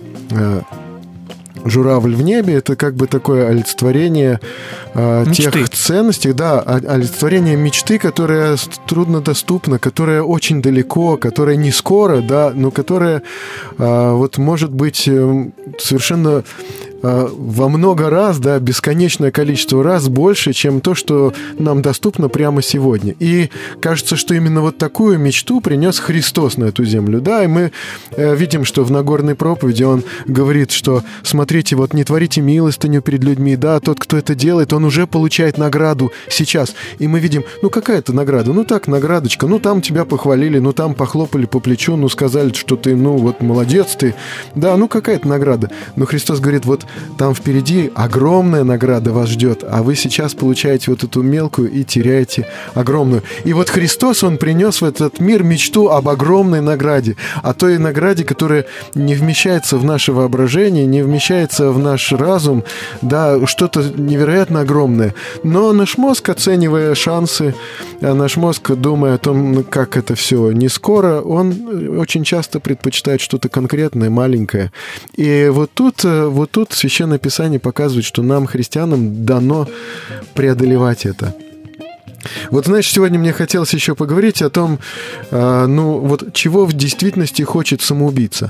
журавль в небе — это как бы такое олицетворение тех ценностей, да, олицетворение мечты, которая труднодоступна, которая очень далеко, которая не скоро, да, но которая вот может быть совершенно во много раз, да, бесконечное количество раз больше, чем то, что нам доступно прямо сегодня. И кажется, что именно вот такую мечту принес Христос на эту землю, да, и мы видим, что в Нагорной проповеди Он говорит, что, смотрите, вот не творите милостыню перед людьми, да, тот, кто это делает, он уже получает награду сейчас. И мы видим, ну какая это награда? Ну так, наградочка, ну там тебя похвалили, ну там похлопали по плечу, ну сказали, что ты, ну вот молодец ты, да, ну какая-то награда. Но Христос говорит, вот там впереди огромная награда вас ждет, а вы сейчас получаете вот эту мелкую и теряете огромную. И вот Христос, Он принес в этот мир мечту об огромной награде, о той награде, которая не вмещается в наше воображение, не вмещается в наш разум, да, что-то невероятно огромное. Но наш мозг, оценивая шансы, наш мозг, думая о том, как это все не скоро, он очень часто предпочитает что-то конкретное, маленькое. И вот тут Священное Писание показывает, что нам, христианам, дано преодолевать это. Вот, знаешь, сегодня мне хотелось еще поговорить о том, вот чего в действительности хочет самоубийца.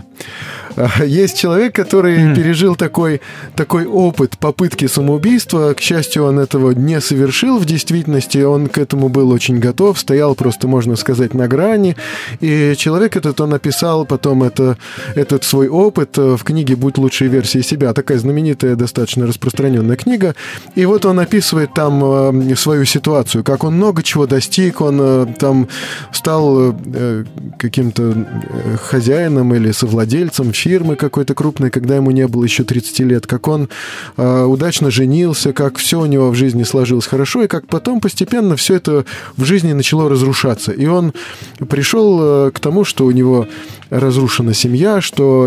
Есть человек, который пережил такой опыт попытки самоубийства. К счастью, он этого не совершил в действительности. Он к этому был очень готов, стоял просто, можно сказать, на грани. И человек этот, он описал потом этот свой опыт в книге «Будь лучшей версией себя». Такая знаменитая, достаточно распространенная книга. И вот он описывает там свою ситуацию, как он много чего достиг. Он там стал каким-то хозяином или совладельцем фирмы какой-то крупной, когда ему не было еще 30 лет, как он удачно женился, как все у него в жизни сложилось хорошо, и как потом постепенно все это в жизни начало разрушаться. И он пришел к тому, что у него разрушена семья, что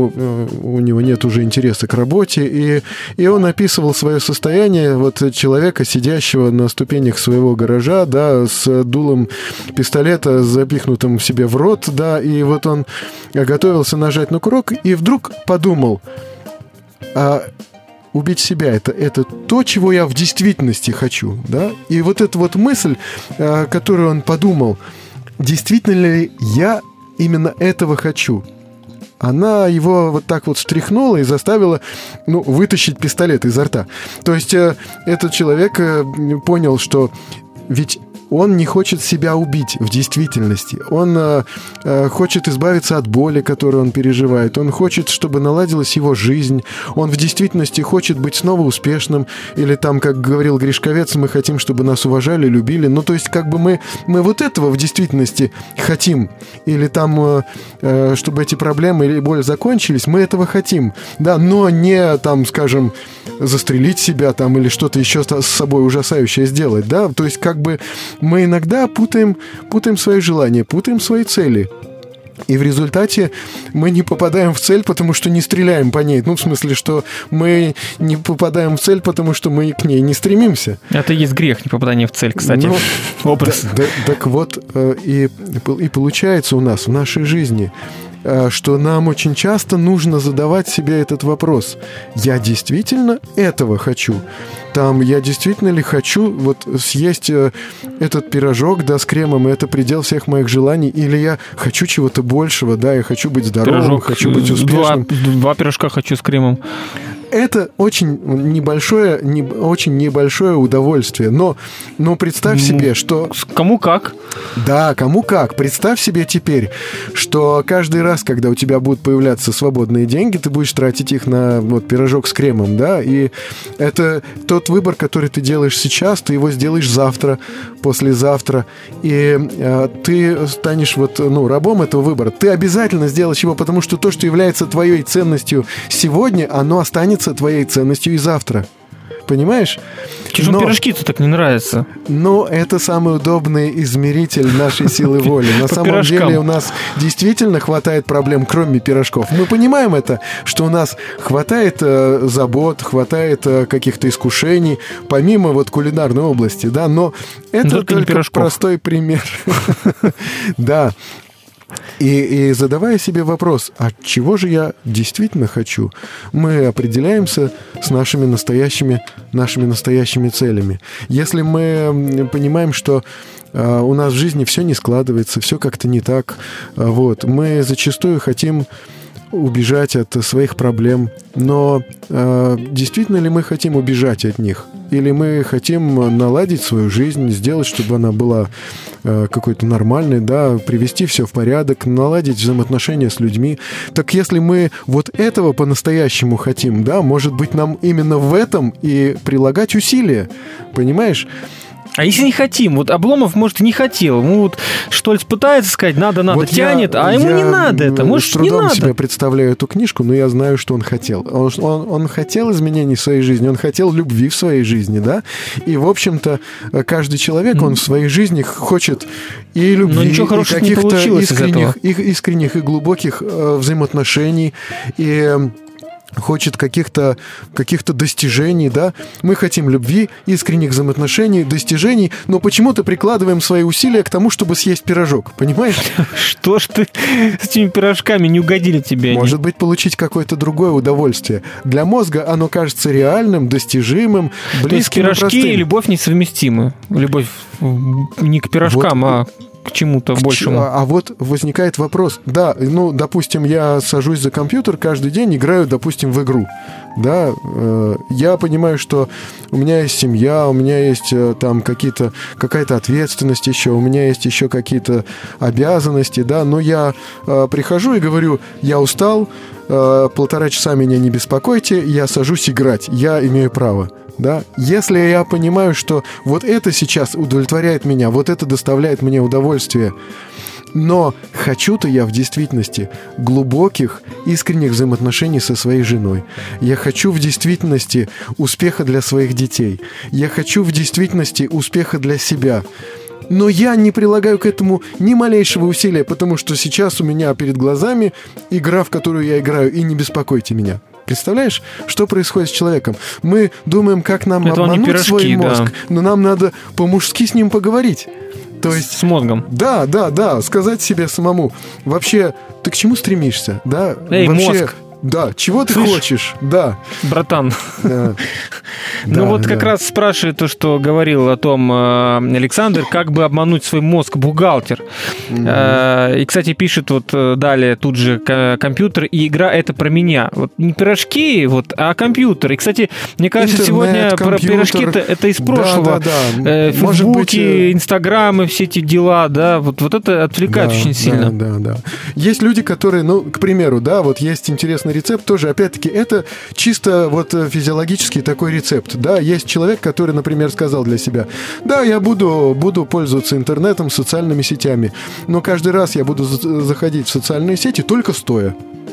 у него нет уже интереса к работе, и он описывал свое состояние вот человека, сидящего на ступенях своего гаража, да, с дулом пистолета, запихнутым себе в рот, да, и вот он готовился нажать на курок, и вдруг подумал, убить себя — это то, чего я в действительности хочу, да, и вот эта вот мысль, которую он подумал, действительно ли я именно этого хочу. она его вот так вот встряхнула и заставила, вытащить пистолет изо рта. То есть этот человек понял, что ведь он не хочет себя убить в действительности. Он хочет избавиться от боли, которую он переживает. Он хочет, чтобы наладилась его жизнь. Он в действительности хочет быть снова успешным. Или там, как говорил Гришковец, мы хотим, чтобы нас уважали, любили. То есть, как бы мы вот этого в действительности хотим. Или там, чтобы эти проблемы или боль закончились, мы этого хотим. Да, но не, там, скажем, застрелить себя там или что-то еще с собой ужасающее сделать. Да, то есть, как бы мы иногда путаем свои желания, путаем свои цели. И в результате мы не попадаем в цель, потому что не стреляем по ней. В смысле, что мы не попадаем в цель, потому что мы к ней не стремимся. Это и есть грех, не попадание в цель, кстати. Образ. Так вот, и получается у нас в нашей жизни, что нам очень часто нужно задавать себе этот вопрос. Я действительно этого хочу? Я действительно ли хочу вот съесть этот пирожок, да, с кремом, и это предел всех моих желаний? Или я хочу чего-то большего, да, я хочу быть здоровым, пирожок, хочу быть успешным. Два пирожка хочу с кремом. Это очень небольшое удовольствие. Но представь себе, что... Кому как. Да, кому как. Представь себе теперь, что каждый раз, когда у тебя будут появляться свободные деньги, ты будешь тратить их на пирожок с кремом, да, и это тот выбор, который ты делаешь сейчас, ты его сделаешь завтра, послезавтра, и ты станешь рабом этого выбора. Ты обязательно сделаешь его, потому что то, что является твоей ценностью сегодня, оно останется твоей ценностью и завтра. Понимаешь? Чего пирожки-то так не нравятся? Это самый удобный измеритель нашей силы воли. На самом деле у нас действительно хватает проблем, кроме пирожков. Мы понимаем это, что у нас хватает забот, хватает каких-то искушений, помимо кулинарной области, да, но это только простой пример. Да. И задавая себе вопрос, а чего же я действительно хочу, мы определяемся с нашими настоящими целями. Если мы понимаем, что у нас в жизни все не складывается, все как-то не так, мы зачастую хотим убежать от своих проблем, но действительно ли мы хотим убежать от них? Или мы хотим наладить свою жизнь, сделать, чтобы она была какой-то нормальной, да, привести все в порядок, наладить взаимоотношения с людьми. Так если мы этого по-настоящему хотим, да, может быть, нам именно в этом и прилагать усилия, понимаешь? А если не хотим? Обломов, может, и не хотел. Штольц пытается сказать, надо, тянет, а ему не надо это. Может, не надо. Я с трудом себе представляю эту книжку, но я знаю, что он хотел. Он хотел изменений в своей жизни, он хотел любви в своей жизни, да? И, в общем-то, каждый человек, он в своей жизни хочет и любви, и каких-то искренних и глубоких взаимоотношений, и... хочет каких-то достижений, да? Мы хотим любви, искренних взаимоотношений, достижений, но почему-то прикладываем свои усилия к тому, чтобы съесть пирожок, понимаешь? Что ж ты с этими пирожками, не угодили тебе они? Может быть, получить какое-то другое удовольствие. Для мозга оно кажется реальным, достижимым, близким и простым. То есть пирожки и любовь несовместимы. Любовь не к пирожкам, а к чему-то большему. А возникает вопрос. Да, допустим, я сажусь за компьютер каждый день, играю, допустим, в игру. Да, я понимаю, что у меня есть семья, у меня есть там какая-то ответственность еще, у меня есть еще какие-то обязанности, да, но я прихожу и говорю, я устал, 1,5 часа меня не беспокойте, я сажусь играть, я имею право. Да? Если я понимаю, что это сейчас удовлетворяет меня, это доставляет мне удовольствие, но хочу-то я в действительности глубоких, искренних взаимоотношений со своей женой. Я хочу в действительности успеха для своих детей. Я хочу в действительности успеха для себя. Но я не прилагаю к этому ни малейшего усилия, потому что сейчас у меня перед глазами игра, в которую я играю, и не беспокойте меня. Представляешь, что происходит с человеком? Мы думаем, как нам обмануть свой мозг, но нам надо по-мужски с ним поговорить. То есть, с мозгом. Да, сказать себе самому. Вообще, ты к чему стремишься? Да? Эй, вообще, мозг. Да, чего ты хочешь? Да. Братан. Ну вот как раз спрашивает то, что говорил о том Александр, как бы обмануть свой мозг бухгалтер. И, кстати, пишет вот далее тут же компьютер, и игра это про меня. Вот не пирожки, вот, а компьютер. И, кстати, мне кажется, сегодня про пирожки это из прошлого. Фейсбуки, Инстаграмы, все эти дела, да, вот это отвлекает очень сильно. Да. Есть люди, которые, ну, к примеру, да, вот есть интересный рецепт тоже, опять-таки, это чисто вот физиологический такой рецепт, да, есть человек, который, например, сказал для себя, да, я буду пользоваться интернетом, социальными сетями, но каждый раз я буду заходить в социальные сети только стоя.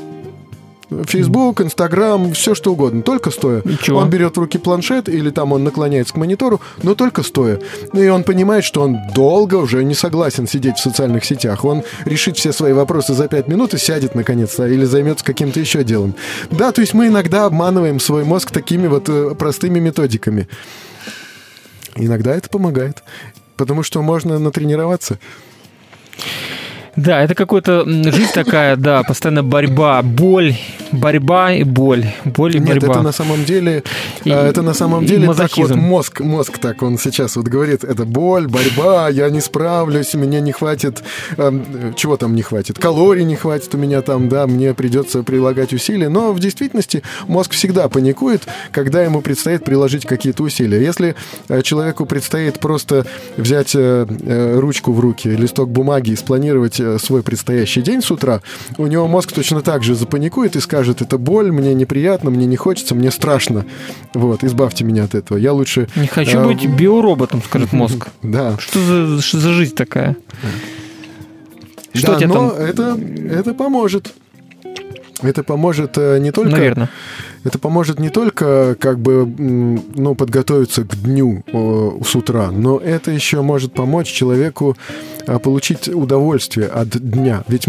Фейсбук, Инстаграм, все что угодно, только стоя. Он берет в руки планшет или там он наклоняется к монитору, но только стоя. И он понимает, что он долго уже не согласен сидеть в социальных сетях. Он решит все свои вопросы за 5 минут и сядет наконец-то или займется каким-то еще делом. Да, то есть мы иногда обманываем свой мозг такими вот простыми методиками. Иногда это помогает, потому что можно натренироваться. Да, это какая-то жизнь такая, да, постоянно борьба, борьба и боль. Боль и борьба. Нет, это на самом деле так вот мозг так, он сейчас вот говорит, это боль, борьба, я не справлюсь, мне не хватит, чего там не хватит, калорий не хватит у меня там, да, мне придется прилагать усилия, но в действительности мозг всегда паникует, когда ему предстоит приложить какие-то усилия. Если человеку предстоит просто взять ручку в руки, листок бумаги и спланировать свой предстоящий день с утра, у него мозг точно так же запаникует и скажет, это боль, мне неприятно, мне не хочется, мне страшно. Вот, избавьте меня от этого. Я лучше... Не хочу быть биороботом, скажет мозг. Да. Что за жизнь такая? Да, но это поможет. Это поможет не только... Наверное. Это поможет не только как бы, ну, подготовиться к дню с утра, но это еще может помочь человеку получить удовольствие от дня. Ведь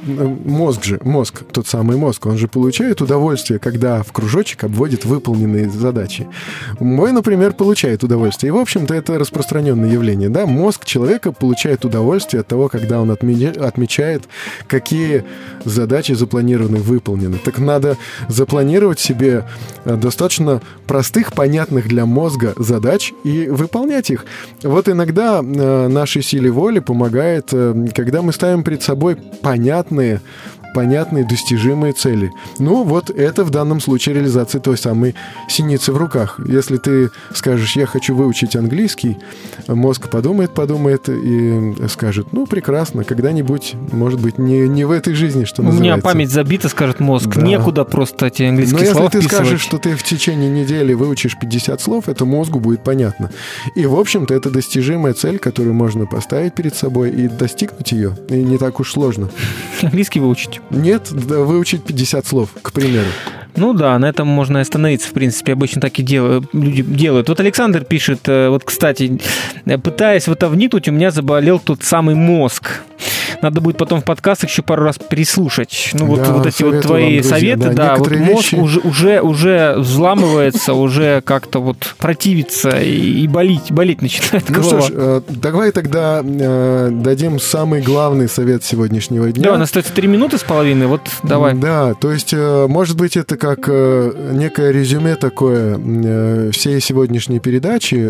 мозг, тот самый мозг, он же получает удовольствие, когда в кружочек обводит выполненные задачи. Мой, например, получает удовольствие. И, в общем-то, это распространенное явление. Да? Мозг человека получает удовольствие от того, когда он отмечает, какие задачи запланированы, выполнены. Так надо запланировать себе достаточно простых, понятных для мозга задач и выполнять их. Вот иногда нашей силе воли помогает, когда мы ставим перед собой понятные, достижимые цели. Ну, вот это в данном случае реализация той самой синицы в руках. Если ты скажешь, я хочу выучить английский, мозг подумает и скажет, ну, прекрасно, когда-нибудь, может быть, не в этой жизни, что называется. У меня память забита, скажет мозг, да. Некуда просто эти английские слова вписывать. Но если ты скажешь, что ты в течение недели выучишь 50 слов, это мозгу будет понятно. И, в общем-то, это достижимая цель, которую можно поставить перед собой и достигнуть ее. И не так уж сложно. Английский выучить? Нет, выучить 50 слов, к примеру. Ну да, на этом можно и остановиться, в принципе. Обычно так и люди делают. Вот Александр пишет, вот, кстати, пытаясь в это вникнуть, у меня заболел тот самый мозг. Надо будет потом в подкастах еще пару раз переслушать. Ну, да, вот эти вот твои вам, советы, да, вот мозг уже взламывается, уже как-то вот противится и болеть начинает голова. Ну что ж, давай тогда дадим самый главный совет сегодняшнего дня. Да, у нас остается 3 минуты с половиной, вот давай. Да, то есть, может быть, это как некое резюме такое всей сегодняшней передачи.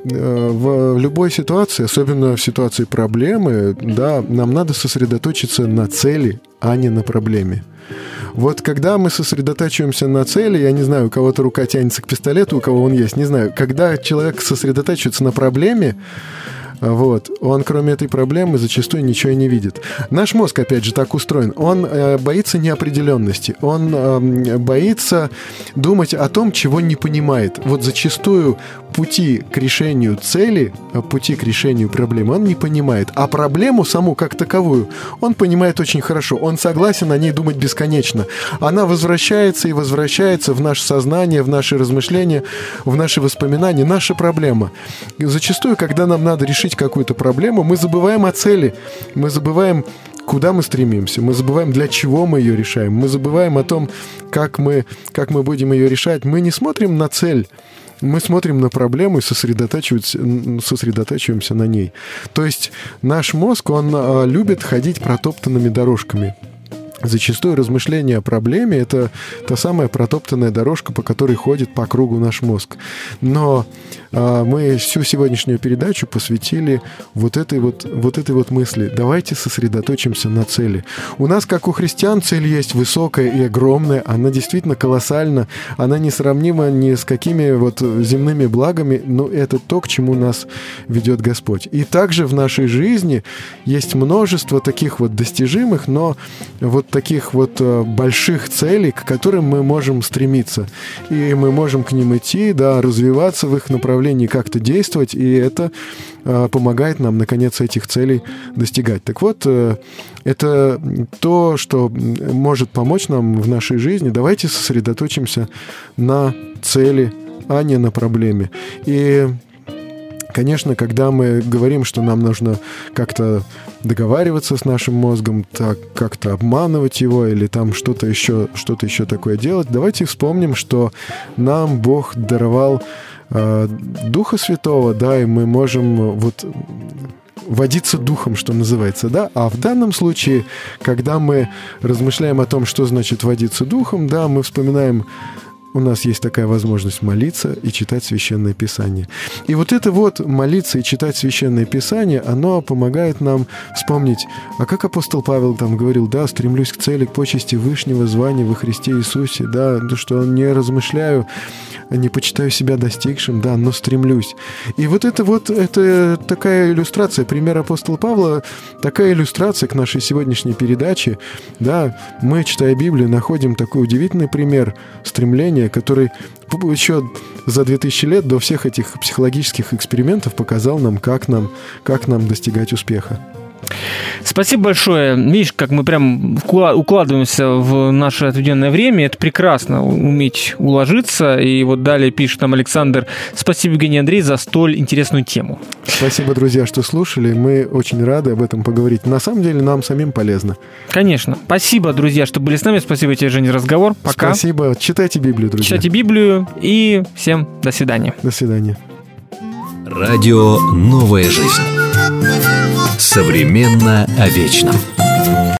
В любой ситуации, особенно в ситуации проблемы, да, нам надо сосредоточиться на цели, а не на проблеме. Вот когда мы сосредотачиваемся на цели, я не знаю, у кого-то рука тянется к пистолету, у кого он есть, не знаю. Когда человек сосредотачивается на проблеме, вот, он, кроме этой проблемы, зачастую ничего и не видит. Наш мозг, опять же, так устроен. Он боится неопределенности. Он боится думать о том, чего не понимает. Вот зачастую пути к решению цели, пути к решению проблемы он не понимает. А проблему саму, как таковую, он понимает очень хорошо. Он согласен о ней думать бесконечно. Она возвращается и возвращается в наше сознание, в наши размышления, в наши воспоминания. Наша проблема. И зачастую, когда нам надо решить какую-то проблему, мы забываем о цели, мы забываем, куда мы стремимся, мы забываем, для чего мы ее решаем, мы забываем о том, как мы будем ее решать. Мы не смотрим на цель, мы смотрим на проблему и сосредотачиваемся на ней. То есть наш мозг, он любит ходить протоптанными дорожками. Зачастую размышление о проблеме – это та самая протоптанная дорожка, по которой ходит по кругу наш мозг. Но мы всю сегодняшнюю передачу посвятили вот этой вот мысли. Давайте сосредоточимся на цели. У нас, как у христиан, цель есть высокая и огромная. Она действительно колоссальна. Она несравнима ни с какими вот земными благами, но это то, к чему нас ведет Господь. И также в нашей жизни есть множество таких вот достижимых, но вот таких вот больших целей, к которым мы можем стремиться. И мы можем к ним идти, да, развиваться в их направлении, как-то действовать, и это помогает нам, наконец, этих целей достигать. Так вот, это то, что может помочь нам в нашей жизни. Давайте сосредоточимся на цели, а не на проблеме. И конечно, когда мы говорим, что нам нужно как-то договариваться с нашим мозгом, так как-то обманывать его или там что-то еще такое делать, давайте вспомним, что нам Бог даровал Духа Святого, да, и мы можем вот водиться духом, что называется, да, а в данном случае, когда мы размышляем о том, что значит водиться духом, да, мы вспоминаем, у нас есть такая возможность молиться и читать Священное Писание. И вот это вот молиться и читать Священное Писание, оно помогает нам вспомнить, а как апостол Павел там говорил, да, стремлюсь к цели, к почести вышнего звания во Христе Иисусе, да, что не размышляю, не почитаю себя достигшим, да, но стремлюсь. И вот это такая иллюстрация, пример апостола Павла, такая иллюстрация к нашей сегодняшней передаче, да, мы, читая Библию, находим такой удивительный пример стремления, который еще за 2000 лет до всех этих психологических экспериментов показал нам, как нам достигать успеха. Спасибо большое. Видишь, как мы прям укладываемся в наше отведенное время. Это прекрасно, уметь уложиться. И вот далее пишет нам Александр: спасибо, Евгений, Андрей, за столь интересную тему. Спасибо, друзья, что слушали. Мы очень рады об этом поговорить. На самом деле, нам самим полезно. Конечно. Спасибо, друзья, что были с нами. Спасибо тебе, Женя, за разговор. Пока. Спасибо. Читайте Библию, друзья. Читайте Библию. И всем до свидания. До свидания. Радио «Новая жизнь». Современно о вечном.